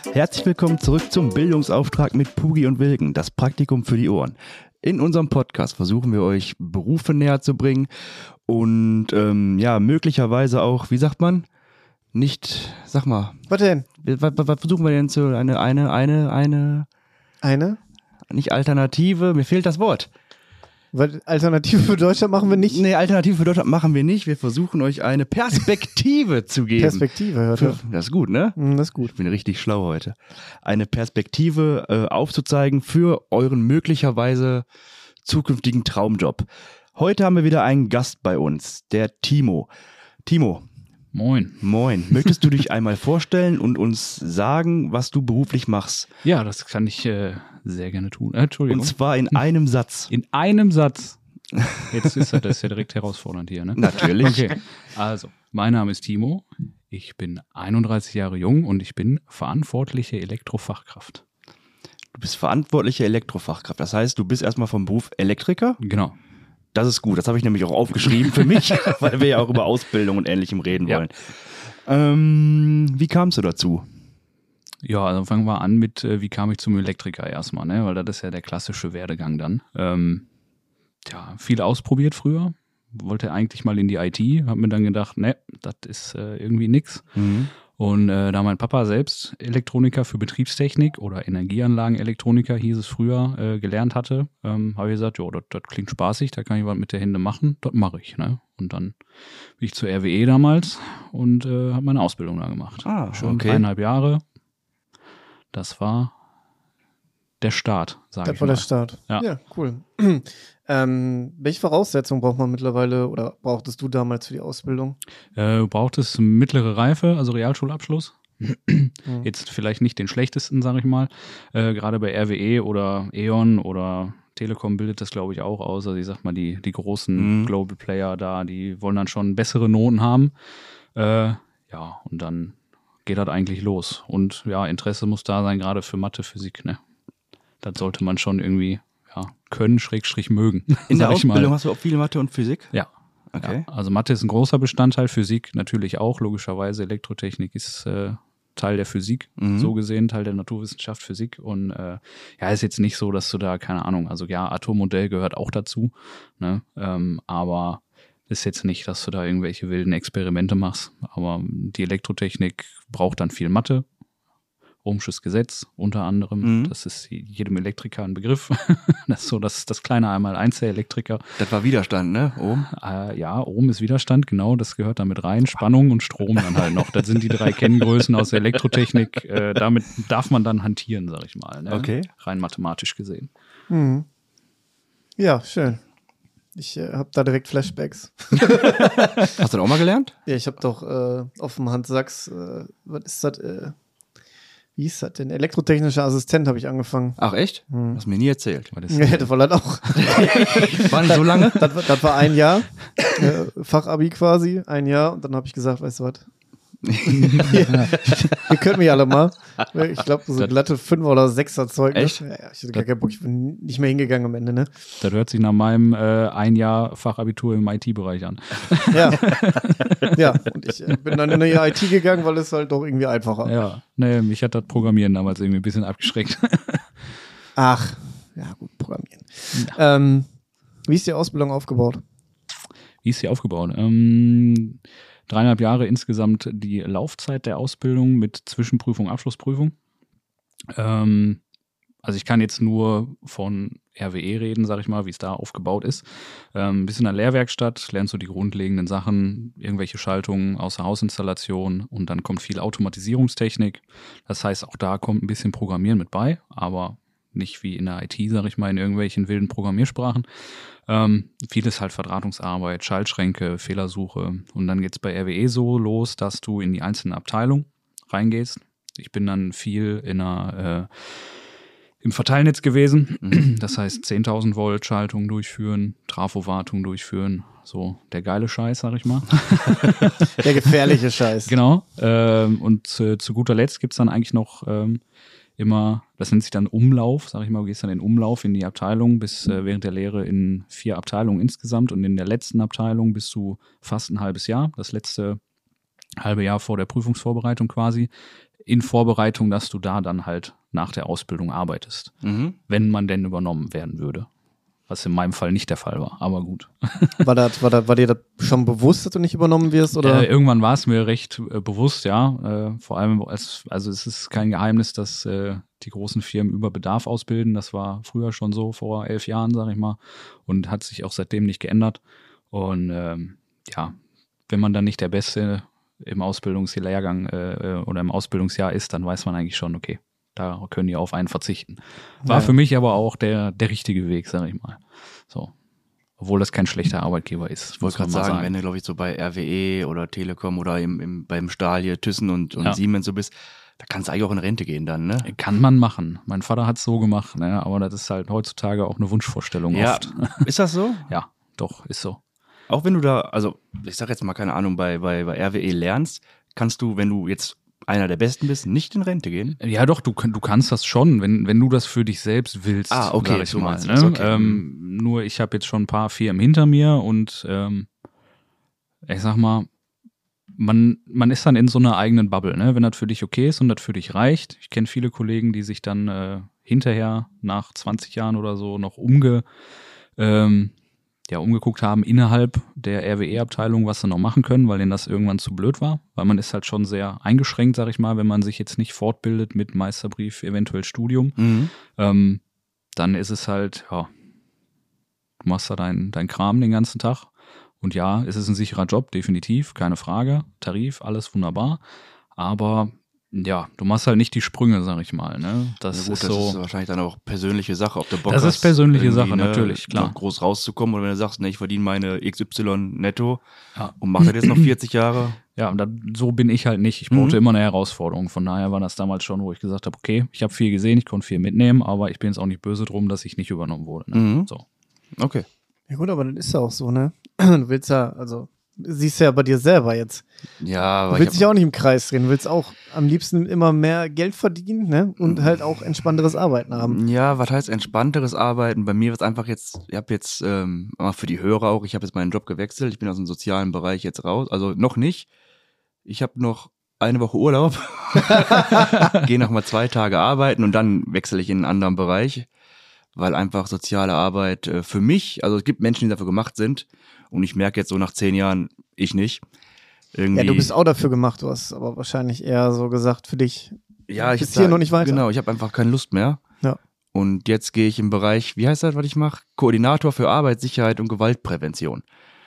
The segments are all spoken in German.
Herzlich willkommen zurück zum Bildungsauftrag mit Pugi und Wilken, das Praktikum für die Ohren. In unserem Podcast versuchen wir euch Berufe näher zu bringen und möglicherweise auch, wie sagt man, nicht, sag mal. Was denn? Was versuchen wir denn zu, eine? Nicht Alternative, mir fehlt das Wort. Weil Alternative für Deutschland machen wir nicht? Nee, Alternative für Deutschland machen wir nicht. Wir versuchen euch eine Perspektive zu geben. Perspektive, hört ihr? Das ist gut, ne? Das ist gut. Ich bin richtig schlau heute. Eine Perspektive aufzuzeigen für euren möglicherweise zukünftigen Traumjob. Heute haben wir wieder einen Gast bei uns, der Timo. Timo. Moin. Moin. Möchtest du dich einmal vorstellen und uns sagen, was du beruflich machst? Ja, das kann ich sehr gerne tun. Entschuldigung. Und zwar in einem Satz. In einem Satz. Jetzt ist das ja direkt herausfordernd hier, ne? Natürlich. Okay, also, mein Name ist Timo. Ich bin 31 Jahre jung und ich bin verantwortliche Elektrofachkraft. Du bist verantwortliche Elektrofachkraft. Das heißt, du bist erstmal vom Beruf Elektriker? Genau. Das ist gut, das habe ich nämlich auch aufgeschrieben für mich, weil wir ja auch über Ausbildung und Ähnlichem reden wollen. Wie kamst du dazu? Ja, also fangen wir an mit, wie kam ich zum Elektriker erstmal, ne? Weil das ist ja der klassische Werdegang dann. Viel ausprobiert früher, wollte eigentlich mal in die IT, habe mir dann gedacht, ne, das ist irgendwie nix. Mhm. Und da mein Papa selbst Elektroniker für Betriebstechnik oder Energieanlagenelektroniker hieß es früher, gelernt hatte, habe ich gesagt, jo, das klingt spaßig, da kann ich was mit der Hände machen, das mache ich. Ne? Und dann bin ich zur RWE damals und habe meine Ausbildung da gemacht. Schon 3,5 Jahre. Das war der Start, sage ich mal. Das war der Start. Ja, cool. Welche Voraussetzungen braucht man mittlerweile oder brauchtest du damals für die Ausbildung? Du brauchtest mittlere Reife, also Realschulabschluss. Jetzt vielleicht nicht den schlechtesten, sage ich mal. Gerade bei RWE oder E.ON oder Telekom bildet das, glaube ich, auch aus. Also ich sag mal, die großen Global Player da, die wollen dann schon bessere Noten haben. Und dann geht das eigentlich los. Und ja, Interesse muss da sein, gerade für Mathe, Physik, ne? Das sollte man schon irgendwie können, / mögen. In der Ausbildung hast du auch viel Mathe und Physik? Ja. Okay. Ja, also Mathe ist ein großer Bestandteil, Physik natürlich auch, logischerweise. Elektrotechnik ist Teil der Physik, so gesehen, Teil der Naturwissenschaft, Physik. Und ist jetzt nicht so, dass du da, keine Ahnung, also ja, Atommodell gehört auch dazu, ne? Aber ist jetzt nicht, dass du da irgendwelche wilden Experimente machst. Aber die Elektrotechnik braucht dann viel Mathe. Ohmsches Gesetz unter anderem, das ist jedem Elektriker ein Begriff. Das ist so das kleine Einmal-Eins der Elektriker. Das war Widerstand, ne? Ohm? Ohm ist Widerstand, genau, das gehört da mit rein. Spannung und Strom dann halt noch. Das sind die 3 Kenngrößen aus der Elektrotechnik. Damit darf man dann hantieren, sag ich mal. Ne? Okay. Rein mathematisch gesehen. Mhm. Ja, schön. Ich habe da direkt Flashbacks. Hast du das auch mal gelernt? Ja, ich habe doch auf dem Hans Sachs, was ist das? Wie hieß das denn? Elektrotechnischer Assistent habe ich angefangen. Ach echt? Hast du mir nie erzählt. Ja, das war das auch. War nicht so lange? Das war 1 Jahr. Fachabi quasi, 1 Jahr. Und dann habe ich gesagt, weißt du was? Ihr könnt mich alle mal. Ich glaube, so glatte 5er oder 6er Zeugnis. Echt? Ja, ich hatte gar keinen Bock. Ich bin nicht mehr hingegangen am Ende, ne? Das hört sich nach meinem 1 Jahr Fachabitur im IT-Bereich an. Ja. Ja, und ich bin dann in die IT gegangen, weil es halt doch irgendwie einfacher. Ja, nee, mich hat das Programmieren damals irgendwie ein bisschen abgeschreckt. Ach, ja gut, Programmieren. Ja. Wie ist die Ausbildung aufgebaut? Wie ist sie aufgebaut? 3,5 Jahre insgesamt die Laufzeit der Ausbildung mit Zwischenprüfung, Abschlussprüfung. Also ich kann jetzt nur von RWE reden, sag ich mal, wie es da aufgebaut ist. Bist in der Lehrwerkstatt, lernst du die grundlegenden Sachen, irgendwelche Schaltungen, Außerhausinstallation und dann kommt viel Automatisierungstechnik. Das heißt, auch da kommt ein bisschen Programmieren mit bei, aber nicht wie in der IT, sag ich mal, in irgendwelchen wilden Programmiersprachen. Vieles halt Verdrahtungsarbeit, Schaltschränke, Fehlersuche. Und dann geht's bei RWE so los, dass du in die einzelnen Abteilungen reingehst. Ich bin dann viel im Verteilnetz gewesen. Das heißt 10.000 Volt Schaltung durchführen, Trafowartung durchführen. So der geile Scheiß, sag ich mal. Der gefährliche Scheiß. Genau. Und zu guter Letzt gibt's dann eigentlich noch immer, das nennt sich dann Umlauf, sag ich mal, du gehst dann in Umlauf in die Abteilung, bist während der Lehre in 4 Abteilungen insgesamt und in der letzten Abteilung bist du fast ein halbes Jahr. Das letzte halbe Jahr vor der Prüfungsvorbereitung quasi, in Vorbereitung, dass du da dann halt nach der Ausbildung arbeitest, wenn man denn übernommen werden würde. Was in meinem Fall nicht der Fall war, aber gut. War dir das schon bewusst, dass du nicht übernommen wirst? Oder? Irgendwann war es mir recht bewusst, ja. Vor allem, also es ist kein Geheimnis, dass die großen Firmen über Bedarf ausbilden. Das war früher schon so, vor 11 Jahren, sag ich mal. Und hat sich auch seitdem nicht geändert. Und ja, wenn man dann nicht der Beste im Ausbildungslehrgang oder im Ausbildungsjahr ist, dann weiß man eigentlich schon, okay, da können die auf einen verzichten. War für mich aber auch der richtige Weg, sag ich mal. So. Obwohl das kein schlechter Arbeitgeber ist. Ich wollte gerade sagen, wenn du, glaube ich, so bei RWE oder Telekom oder beim Stahl hier Thyssen und Siemens so bist, da kannst du eigentlich auch in Rente gehen dann, ne? Kann man machen. Mein Vater hat es so gemacht, ne? Aber das ist halt heutzutage auch eine Wunschvorstellung oft. Ist das so? Ja, doch, ist so. Auch wenn du da, also ich sag jetzt mal, keine Ahnung, bei RWE lernst, kannst du, wenn du jetzt einer der Besten bist, nicht in Rente gehen? Ja doch, du kannst das schon, wenn du das für dich selbst willst, okay, sag ich so mal. ne? Okay. Nur ich habe jetzt schon ein paar Firmen hinter mir und ich sag mal, man ist dann in so einer eigenen Bubble, ne? Wenn das für dich okay ist und das für dich reicht. Ich kenne viele Kollegen, die sich dann hinterher nach 20 Jahren oder so noch umgeguckt haben innerhalb der RWE-Abteilung, was sie noch machen können, weil denen das irgendwann zu blöd war. Weil man ist halt schon sehr eingeschränkt, sag ich mal, wenn man sich jetzt nicht fortbildet mit Meisterbrief, eventuell Studium. Dann ist es halt, ja, du machst da dein Kram den ganzen Tag. Und ja, es ist ein sicherer Job, definitiv, keine Frage. Tarif, alles wunderbar. Aber ja, du machst halt nicht die Sprünge, sag ich mal. Ne? Das ist wahrscheinlich dann auch persönliche Sache, ob du Bock hast. Das ist persönliche Sache, ne, natürlich, klar. Groß rauszukommen oder wenn du sagst, ne, ich verdiene meine XY netto und mache das jetzt noch 40 Jahre. Ja, und so bin ich halt nicht. Ich brauchte immer eine Herausforderung. Von daher war das damals schon, wo ich gesagt habe, okay, ich habe viel gesehen, ich konnte viel mitnehmen, aber ich bin jetzt auch nicht böse drum, dass ich nicht übernommen wurde. Ne? So. Okay. Ja gut, aber das ist ja auch so, ne? Du willst ja, also siehst ja bei dir selber jetzt. Ja, aber du willst dich auch nicht im Kreis drehen. Du willst auch am liebsten immer mehr Geld verdienen, ne? Und halt auch entspannteres Arbeiten haben. Ja, was heißt entspannteres Arbeiten? Bei mir wird es einfach jetzt, ich habe jetzt, für die Hörer auch, ich habe jetzt meinen Job gewechselt. Ich bin aus dem sozialen Bereich jetzt raus. Also noch nicht. Ich habe noch eine Woche Urlaub. Gehe noch mal 2 Tage arbeiten und dann wechsle ich in einen anderen Bereich. Weil einfach soziale Arbeit für mich, also es gibt Menschen, die dafür gemacht sind. Und ich merke jetzt so nach 10 Jahren, ich nicht. Irgendwie, ja, du bist auch dafür gemacht, du hast aber wahrscheinlich eher so gesagt, für dich ja, ich bist hier noch nicht weiter. Genau, ich habe einfach keine Lust mehr. Ja. Und jetzt gehe ich im Bereich, wie heißt das, was ich mache? Koordinator für Arbeitssicherheit und Gewaltprävention.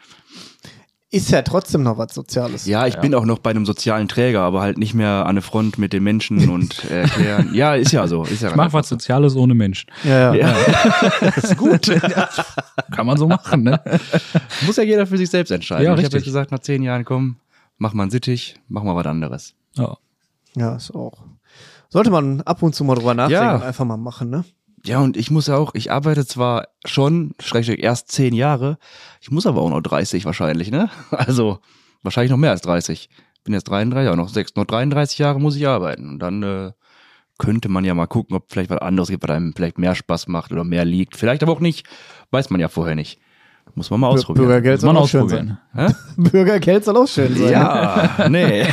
Ist ja trotzdem noch was Soziales. Ja, ich bin auch noch bei einem sozialen Träger, aber halt nicht mehr an der Front mit den Menschen und erklären. Ja, ist ja so. Ist ja ich mach was Soziales ohne Menschen. Ja. Das ist gut. Kann man so machen, ne? Muss ja jeder für sich selbst entscheiden. Ja, ich habe richtig. jetzt gesagt, nach 10 Jahren, komm, mach mal einen Sittig, mach mal was anderes. Ja, ist auch. Sollte man ab und zu mal drüber nachdenken Ja. und einfach mal machen, ne? Ja, und ich muss auch, ich arbeite zwar schon, erst 10 Jahre, ich muss aber auch noch 30 wahrscheinlich, ne? Also wahrscheinlich noch mehr als 30. Bin jetzt 33, ja, noch 33 Jahre muss ich arbeiten. Und dann könnte man ja mal gucken, ob vielleicht was anderes gibt, was einem vielleicht mehr Spaß macht oder mehr liegt. Vielleicht aber auch nicht, weiß man ja vorher nicht. Muss man mal ausprobieren. Bürgergeld soll auch schön sein. Hä? Bürgergeld soll auch schön sein. Ja, nee.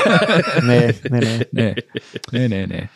Nee.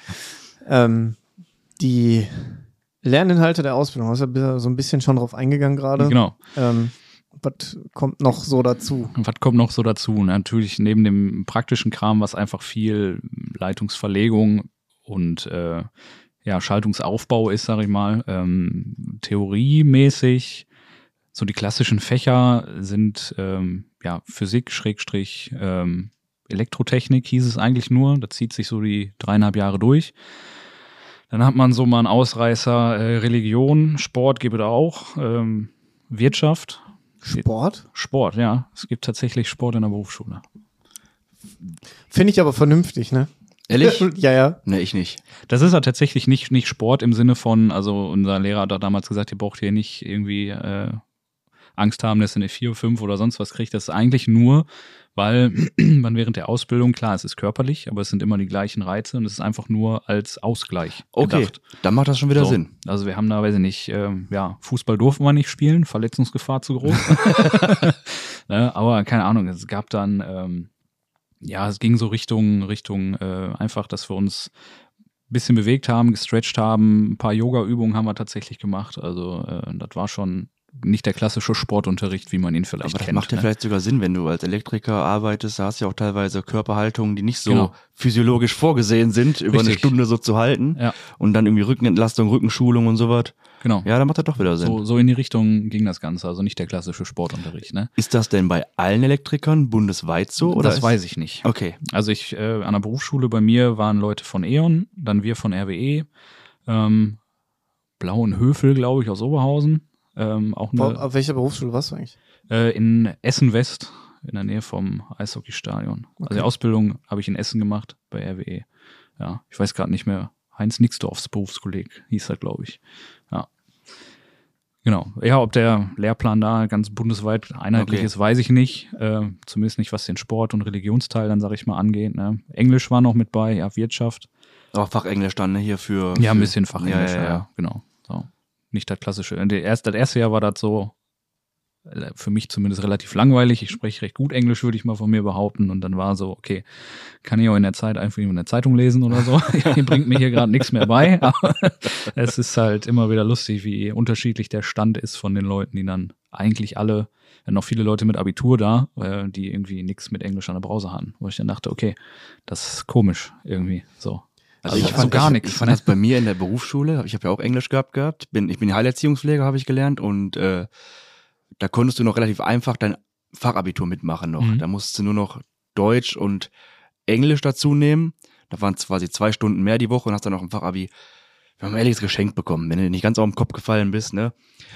Die Lerninhalte der Ausbildung, du hast ja so ein bisschen schon drauf eingegangen gerade. Genau. Was kommt noch so dazu? Was kommt noch so dazu? Natürlich neben dem praktischen Kram, was einfach viel Leitungsverlegung und Schaltungsaufbau ist, sag ich mal, theoriemäßig. So die klassischen Fächer sind Physik, Elektrotechnik hieß es eigentlich nur. Das zieht sich so die 3,5 Jahre durch. Dann hat man so mal einen Ausreißer Religion, Sport gibt es auch, Wirtschaft. Sport? Sport, ja. Es gibt tatsächlich Sport in der Berufsschule. Finde ich aber vernünftig, ne? Ehrlich? Ja. Nee, ich nicht. Das ist ja tatsächlich nicht Sport im Sinne von, also unser Lehrer hat da damals gesagt, ihr braucht hier nicht irgendwie Angst haben, dass ihr eine 4, 5 oder sonst was kriegt. Das ist eigentlich nur, weil man während der Ausbildung, klar, es ist körperlich, aber es sind immer die gleichen Reize und es ist einfach nur als Ausgleich gedacht. Dann macht das schon wieder Sinn. Also wir haben da, weiß ich nicht, Fußball durften wir nicht spielen, Verletzungsgefahr zu groß. Ne, aber keine Ahnung, es gab dann Ja, es ging so Richtung einfach, dass wir uns ein bisschen bewegt haben, gestretcht haben, ein paar Yoga-Übungen haben wir tatsächlich gemacht. Also das war schon nicht der klassische Sportunterricht, wie man ihn vielleicht Aber das kennt. macht ja ne? vielleicht sogar Sinn, wenn du als Elektriker arbeitest, da hast du ja auch teilweise Körperhaltungen, die nicht so Genau. physiologisch vorgesehen sind, über eine Richtig. Stunde so zu halten. Ja. Und dann irgendwie Rückenentlastung, Rückenschulung und sowas. Genau. Ja, dann macht das doch wieder Sinn. So in die Richtung ging das Ganze, also nicht der klassische Sportunterricht. Ne? Ist das denn bei allen Elektrikern bundesweit so? Oder Das weiß ich nicht. Okay. Also an der Berufsschule bei mir waren Leute von E.ON, dann wir von RWE, Blauenhöfel, glaube ich, aus Oberhausen. Auch Auf welcher Berufsschule warst du eigentlich? in Essen-West, in der Nähe vom Eishockeystadion. Also die Ausbildung habe ich in Essen gemacht bei RWE. Ja, ich weiß gerade nicht mehr. Heinz Nixdorfs Berufskolleg hieß er, glaube ich. Ja. Genau. Ja, ob der Lehrplan da ganz bundesweit einheitlich ist, weiß ich nicht. Zumindest nicht, was den Sport- und Religionsteil dann, sage ich mal, angeht. Ne? Englisch war noch mit bei, ja, Wirtschaft. Aber Fachenglisch dann, ne, hier für... Ja, ein bisschen Fachenglisch, Ja. ja, genau. So. Nicht das klassische. Das erste Jahr war das so, für mich zumindest relativ langweilig. Ich spreche recht gut Englisch, würde ich mal von mir behaupten. Und dann war so, okay, kann ich auch in der Zeit einfach in der Zeitung lesen oder so. Ihr bringt mir hier gerade nichts mehr bei. Aber es ist halt immer wieder lustig, wie unterschiedlich der Stand ist von den Leuten, die dann eigentlich alle, noch viele Leute mit Abitur da, die irgendwie nichts mit Englisch an der Brause hatten. Wo ich dann dachte, okay, das ist komisch irgendwie so. Also ich fand gar nichts. Ich fand das bei mir in der Berufsschule, ich habe ja auch Englisch gehabt. Ich bin Heilerziehungspfleger, habe ich gelernt, und da konntest du noch relativ einfach dein Fachabitur mitmachen noch. Mhm. Da musstest du nur noch Deutsch und Englisch dazu nehmen. Da waren es quasi 2 Stunden mehr die Woche und hast dann noch ein Fachabi, wir haben ein ehrliches Geschenk bekommen, wenn du nicht ganz auf den Kopf gefallen bist, ne?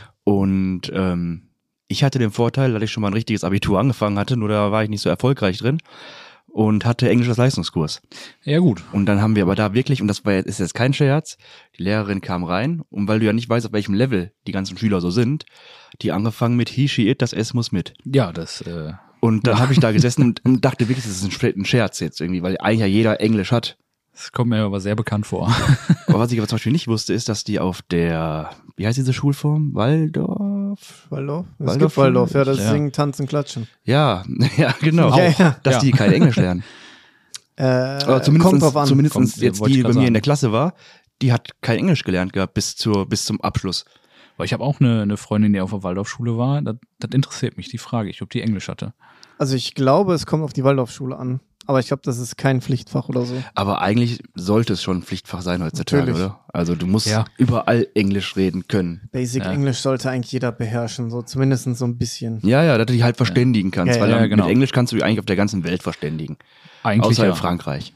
Und ich hatte den Vorteil, dass ich schon mal ein richtiges Abitur angefangen hatte, nur da war ich nicht so erfolgreich drin und hatte Englisch als Leistungskurs. Ja, gut. Und dann haben wir aber da wirklich, und das ist jetzt kein Scherz, die Lehrerin kam rein, und weil du ja nicht weißt, auf welchem Level die ganzen Schüler so sind, die angefangen mit he, she, it, das S muss mit. Ja, das, Und dann habe ich da gesessen und dachte wirklich, das ist ein Scherz jetzt irgendwie, weil eigentlich ja jeder Englisch hat. das kommt mir aber sehr bekannt vor. Aber was ich aber zum Beispiel nicht wusste, ist, dass die auf der, wie heißt diese Schulform? Waldorf? Waldorf? Es Waldorf? gibt Waldorf, ja, das Ja. Singen, Tanzen, Klatschen. Ja, ja, genau. Ja, ja. Dass Ja. die kein Englisch lernen. Oder Kommt drauf an. zumindest Kommt, jetzt wollte ich die bei grad mir sagen. in der Klasse war, die hat kein Englisch gelernt gehabt bis zum Abschluss. Weil ich habe auch eine Freundin, die auf der Waldorfschule war. Das interessiert mich, die Frage ich, ob die Englisch hatte. Also ich glaube, es kommt auf die Waldorfschule an. Aber ich glaube, das ist kein Pflichtfach oder so. Aber eigentlich sollte es schon ein Pflichtfach sein heutzutage, Natürlich. oder? Also du musst Ja. überall Englisch reden können. Basic Ja. Englisch sollte eigentlich jeder beherrschen, so zumindest so ein bisschen. Ja, dass du dich halt verständigen kannst, Ja, weil ja, dann genau. mit Englisch kannst du dich eigentlich auf der ganzen Welt verständigen. Eigentlich Außer ja. in Frankreich.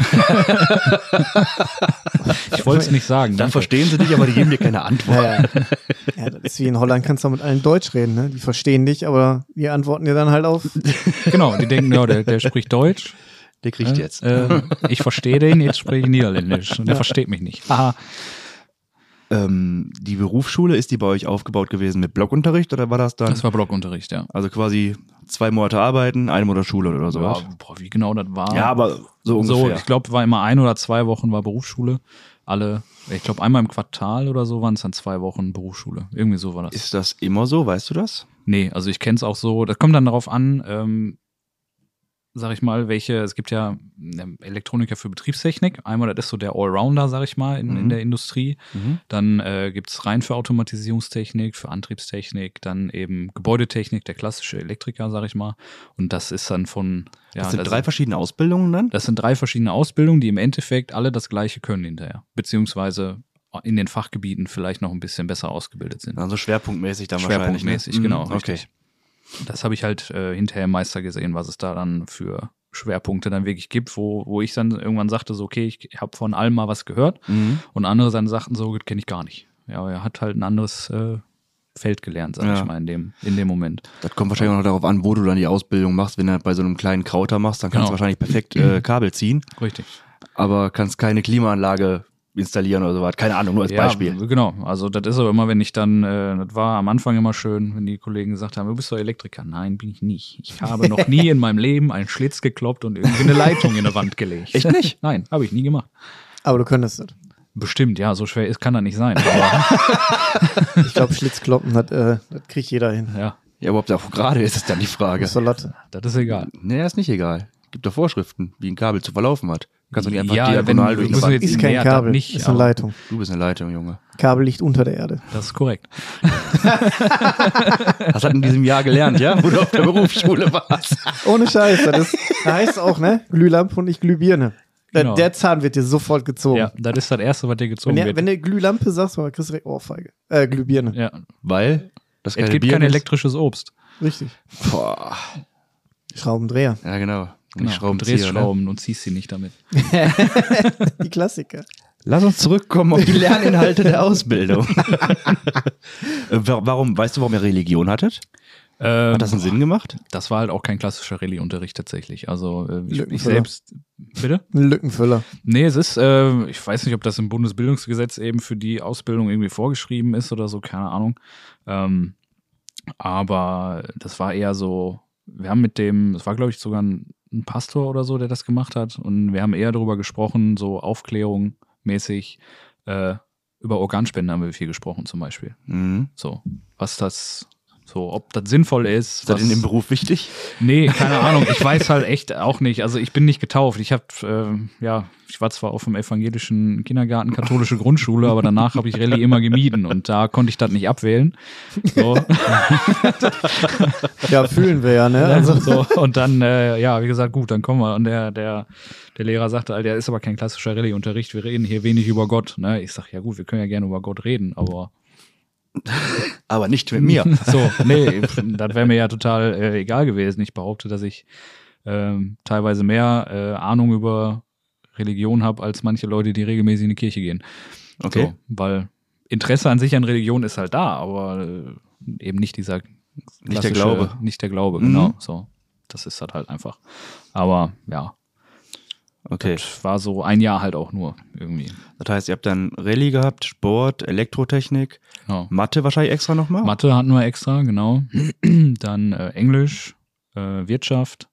Ich wollte es nicht sagen. Dann danke. verstehen sie dich, aber die geben dir keine Antwort. Ja, ja. Ja, das ist wie in Holland, kannst du auch mit allen Deutsch reden, ne? Die verstehen dich, aber die antworten dir dann halt auf. Genau, die denken, ja, der spricht Deutsch. Der kriegt jetzt. Ich verstehe den, jetzt spreche ich Niederländisch. Und der versteht mich nicht. Aha. Die Berufsschule, ist die bei euch aufgebaut gewesen mit Blockunterricht oder war das dann? Das war Blockunterricht, ja. Also quasi 2 Monate arbeiten, 1 Monat Schule oder Ja, sowas. boah, wie genau das war. Ja, aber so so, ungefähr. ich glaube, war immer 1 oder 2 Wochen war Berufsschule. Ich glaube, einmal im Quartal oder so waren es dann 2 Wochen Berufsschule. Irgendwie so war das. Ist das immer so, weißt du das? Nee, also ich kenne es auch so. Das kommt dann darauf an, sag ich mal, es gibt ja Elektroniker für Betriebstechnik. Einmal, das ist so der Allrounder, sag ich mal, in der Industrie. Dann gibt's rein für Automatisierungstechnik, für Antriebstechnik, dann eben Gebäudetechnik, der klassische Elektriker, sag ich mal. Und das ist dann Das sind 3 verschiedene Ausbildungen dann? Das sind 3 verschiedene Ausbildungen, die im Endeffekt alle das Gleiche können hinterher. Beziehungsweise in den Fachgebieten vielleicht noch ein bisschen besser ausgebildet sind. Also schwerpunktmäßig dann wahrscheinlich. Schwerpunktmäßig, Ne? genau. Okay. Richtig. Das habe ich halt hinterher im Meister gesehen, was es da dann für Schwerpunkte dann wirklich gibt, wo ich dann irgendwann sagte, so okay, ich habe von allem mal was gehört, und andere dann sagten so, das kenne ich gar nicht. Ja, aber er hat halt ein anderes Feld gelernt, sag ich mal, in dem Moment. Das kommt wahrscheinlich auch noch darauf an, wo du dann die Ausbildung machst. Wenn du bei so einem kleinen Krauter machst, dann kannst du Genau. wahrscheinlich perfekt Kabel ziehen, Richtig. aber kannst keine Klimaanlage installieren oder sowas. Keine Ahnung, nur als Beispiel. Genau, also das ist aber immer, wenn ich dann, das war am Anfang immer schön, wenn die Kollegen gesagt haben, du bist doch Elektriker. Nein, bin ich nicht. Ich habe noch nie in meinem Leben einen Schlitz gekloppt und irgendwie eine Leitung in der Wand gelegt. Echt nicht? Nein, habe ich nie gemacht. Aber du könntest es. Bestimmt, ja, so schwer kann das nicht sein. Aber, Ich glaube, Schlitzkloppen, das kriegt jeder hin. ja, Ja, überhaupt auch gerade ist es dann die Frage. Das ist so Latte. das ist egal. Nee, ist nicht egal. Gibt doch Vorschriften, wie ein Kabel zu verlaufen hat. Kannst du nicht einfach Ja, diagonal wenn- durch müssen wir jetzt- Ist kein Nee, das Kabel, nicht, ist eine aber- Leitung. Du bist eine Leitung, Junge. Kabel liegt unter der Erde. Das ist korrekt. Das hat in diesem Jahr gelernt, ja? Wo du auf der Berufsschule warst. Ohne Scheiß. Das heißt auch, ne? Glühlampe und nicht Glühbirne. Genau. Der Zahn wird dir sofort gezogen. Ja, das ist das Erste, was dir gezogen Wenn wird. du Glühlampe sagst, kriegst du direkt Ohrfeige. Glühbirne. Ja. Weil das Es gibt kein elektrisches Obst. Richtig. Boah. Schraubendreher. Ja, genau. Genau. Du Schraubenzieher, drehst ne? Schrauben und ziehst sie nicht damit. Die Klassiker. Lass uns zurückkommen auf die Lerninhalte der Ausbildung. Warum, weißt du, warum ihr Religion hattet? Hat das einen Sinn gemacht? Das war halt auch kein klassischer Rallye-Unterricht tatsächlich. Also ich Lückenfüller. selbst. Bitte? Ein Lückenfüller. Nee, es ist, ich weiß nicht, ob das im Bundesbildungsgesetz eben für die Ausbildung irgendwie vorgeschrieben ist oder so, keine Ahnung. Aber das war eher so, wir haben es war glaube ich sogar ein Pastor oder so, der das gemacht hat. Und wir haben eher darüber gesprochen, so Aufklärung mäßig, über Organspenden haben wir viel gesprochen zum Beispiel. Mhm. So, was das, so, ob das sinnvoll ist. Ist das in dem Beruf wichtig? Nee, keine Ahnung. Ich weiß halt echt auch nicht. Also ich bin nicht getauft. Ich war zwar auf dem evangelischen Kindergarten, katholische Grundschule, aber danach habe ich Rallye immer gemieden und da konnte ich das nicht abwählen. So. Ja, fühlen wir ja, ne? Also, So, und dann, wie gesagt, gut, dann kommen wir. Und der Lehrer sagte, Alter, der ist aber kein klassischer Rallye-Unterricht. Wir reden hier wenig über Gott. Ne? Ich sag, ja gut, wir können ja gerne über Gott reden, aber Aber nicht mit mir. so, nee, das wäre mir ja total egal gewesen. Ich behaupte, dass ich teilweise mehr Ahnung über Religion habe als manche Leute, die regelmäßig in die Kirche gehen. Okay. So, weil Interesse an sich an Religion ist halt da, aber eben nicht dieser Nicht der Glaube. Nicht der Glaube, Mhm. genau. So, das ist halt einfach. Aber ja, Okay. das war so ein Jahr halt auch nur irgendwie. Das heißt, ihr habt dann Rallye gehabt, Sport, Elektrotechnik, Genau. Mathe wahrscheinlich extra nochmal? Mathe hatten wir extra, genau. Dann Englisch, Wirtschaft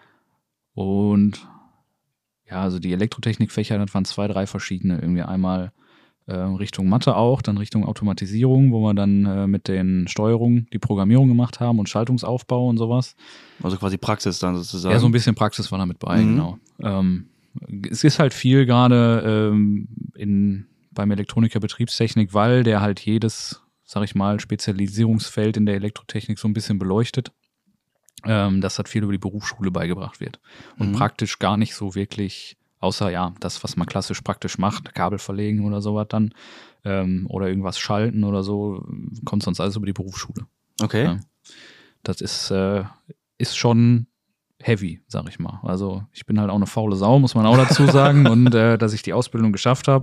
und ja, also die Elektrotechnikfächer, das waren 2, 3 verschiedene. Irgendwie einmal Richtung Mathe auch, dann Richtung Automatisierung, wo wir dann mit den Steuerungen die Programmierung gemacht haben und Schaltungsaufbau und sowas. Also quasi Praxis dann sozusagen. Ja, so ein bisschen Praxis war damit bei, Mhm. genau. Es ist halt viel gerade beim Elektroniker Betriebstechnik, weil der halt jedes, sag ich mal, Spezialisierungsfeld in der Elektrotechnik so ein bisschen beleuchtet, dass halt viel über die Berufsschule beigebracht wird. Und praktisch gar nicht so wirklich, außer ja, das, was man klassisch praktisch macht, Kabel verlegen oder sowas dann, oder irgendwas schalten oder so, kommt sonst alles über die Berufsschule. Okay. Ja. Das ist schon heavy, sag ich mal. Also ich bin halt auch eine faule Sau, muss man auch dazu sagen. Und dass ich die Ausbildung geschafft habe,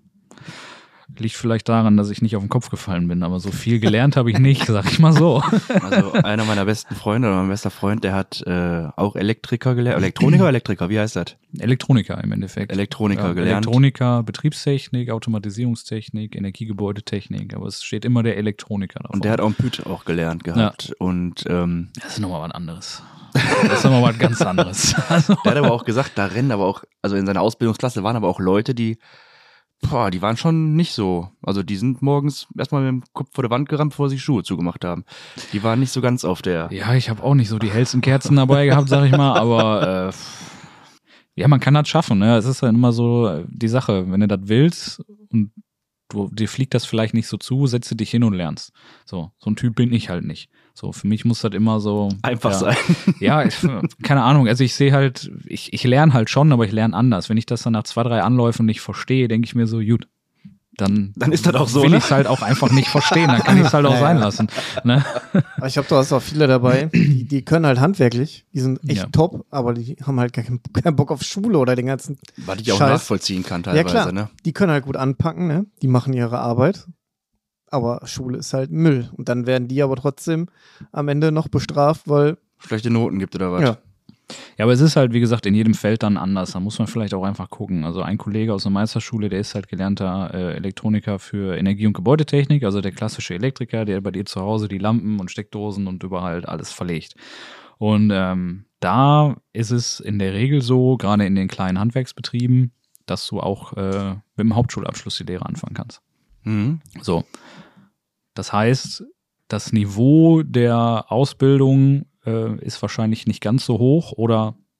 liegt vielleicht daran, dass ich nicht auf den Kopf gefallen bin. Aber so viel gelernt habe ich nicht, sag ich mal so. Also einer meiner besten Freunde oder mein bester Freund, der hat auch Elektriker gelernt. Elektroniker oder Elektriker, wie heißt das? Elektroniker im Endeffekt. Elektroniker gelernt. Elektroniker, Betriebstechnik, Automatisierungstechnik, Energiegebäudetechnik. Aber es steht immer der Elektroniker davor. Und der hat auch Püt auch gelernt gehabt. Und das ist nochmal was anderes. Das ist nochmal was ganz anderes. Also, der hat aber auch gesagt, da rennen aber auch, also in seiner Ausbildungsklasse waren aber auch Leute, die waren schon nicht so. Also die sind morgens erstmal mit dem Kopf vor der Wand gerannt, bevor sie Schuhe zugemacht haben. Die waren nicht so ganz auf der. ja, ich habe auch nicht so die hellsten Kerzen dabei gehabt, sag ich mal, aber ja, man kann das schaffen. Ne? Es ist halt immer so die Sache, wenn du das willst und dir fliegt das vielleicht nicht so zu, setze dich hin und lernst. So ein Typ bin ich halt nicht. So, für mich muss das immer so Einfach ja, sein. Ja, keine Ahnung. Also ich sehe halt, ich lerne halt schon, aber ich lerne anders. Wenn ich das dann nach 2, 3 Anläufen nicht verstehe, denke ich mir so, gut, dann ist das auch so, will ne? ich es halt auch einfach nicht verstehen. Dann kann ich es halt auch sein lassen. Ne? Aber ich glaube, du hast auch viele dabei, die können halt handwerklich, die sind echt Ja. top, aber die haben halt keinen Bock auf Schule oder den ganzen Was ich auch Scheiß. nachvollziehen kann teilweise, Ja klar, ne? die können halt gut anpacken, ne? Die machen ihre Arbeit, aber Schule ist halt Müll. Und dann werden die aber trotzdem am Ende noch bestraft, weil, Schlechte Noten gibt oder was? ja, Ja, aber es ist halt, wie gesagt, in jedem Feld dann anders. Da muss man vielleicht auch einfach gucken. Also ein Kollege aus der Meisterschule, der ist halt gelernter Elektroniker für Energie- und Gebäudetechnik, also der klassische Elektriker, der bei dir zu Hause die Lampen und Steckdosen und überall halt alles verlegt. Und da ist es in der Regel so, gerade in den kleinen Handwerksbetrieben, dass du auch mit dem Hauptschulabschluss die Lehre anfangen kannst. Mhm. So. Das heißt, das Niveau der Ausbildung ist wahrscheinlich nicht ganz so hoch oder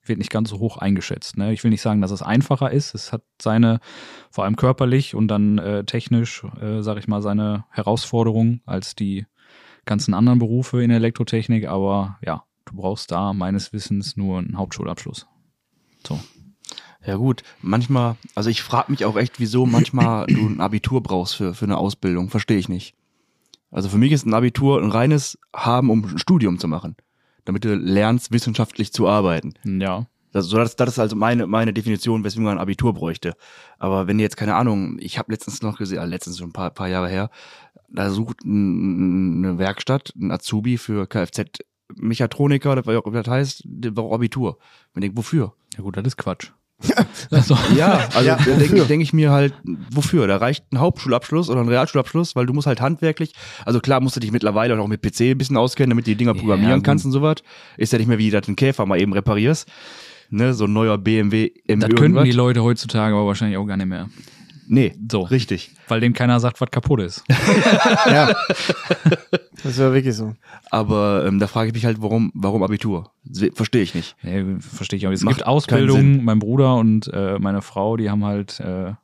wird nicht ganz so hoch eingeschätzt. Ne? Ich will nicht sagen, dass es einfacher ist. Es hat seine, vor allem körperlich und dann technisch, sage ich mal, seine Herausforderungen als die ganzen anderen Berufe in der Elektrotechnik. Aber ja, du brauchst da meines Wissens nur einen Hauptschulabschluss. So. Ja gut, manchmal, also ich frage mich auch echt, wieso manchmal du ein Abitur brauchst für eine Ausbildung. Verstehe ich nicht. Also für mich ist ein Abitur ein reines Haben, um ein Studium zu machen. Damit du lernst, wissenschaftlich zu arbeiten. Ja. Das ist also meine Definition, weswegen man ein Abitur bräuchte. Aber wenn jetzt, keine Ahnung, ich habe letztens noch gesehen, letztens schon ein paar Jahre her, da sucht eine Werkstatt, ein Azubi für Kfz-Mechatroniker, oder was auch immer das heißt, der braucht Abitur. Ich denke, wofür? Ja gut, das ist Quatsch. Also. Ja, also ja, denk ich mir halt, wofür? Da reicht ein Hauptschulabschluss oder ein Realschulabschluss, weil du musst halt handwerklich, also klar musst du dich mittlerweile auch mit PC ein bisschen auskennen, damit du die Dinger programmieren kannst und sowas. Ist ja nicht mehr wie, dass du einen Käfer mal eben reparierst. Ne, so ein neuer BMW M Das könnten die Leute heutzutage aber wahrscheinlich auch gar nicht mehr. Nee, so. Richtig. Weil dem keiner sagt, was kaputt ist. Ja, das wäre wirklich so. Aber da frage ich mich halt, warum Abitur? Verstehe ich nicht. Nee, verstehe ich auch. Es Macht gibt Ausbildungen, mein Bruder und meine Frau, die haben halt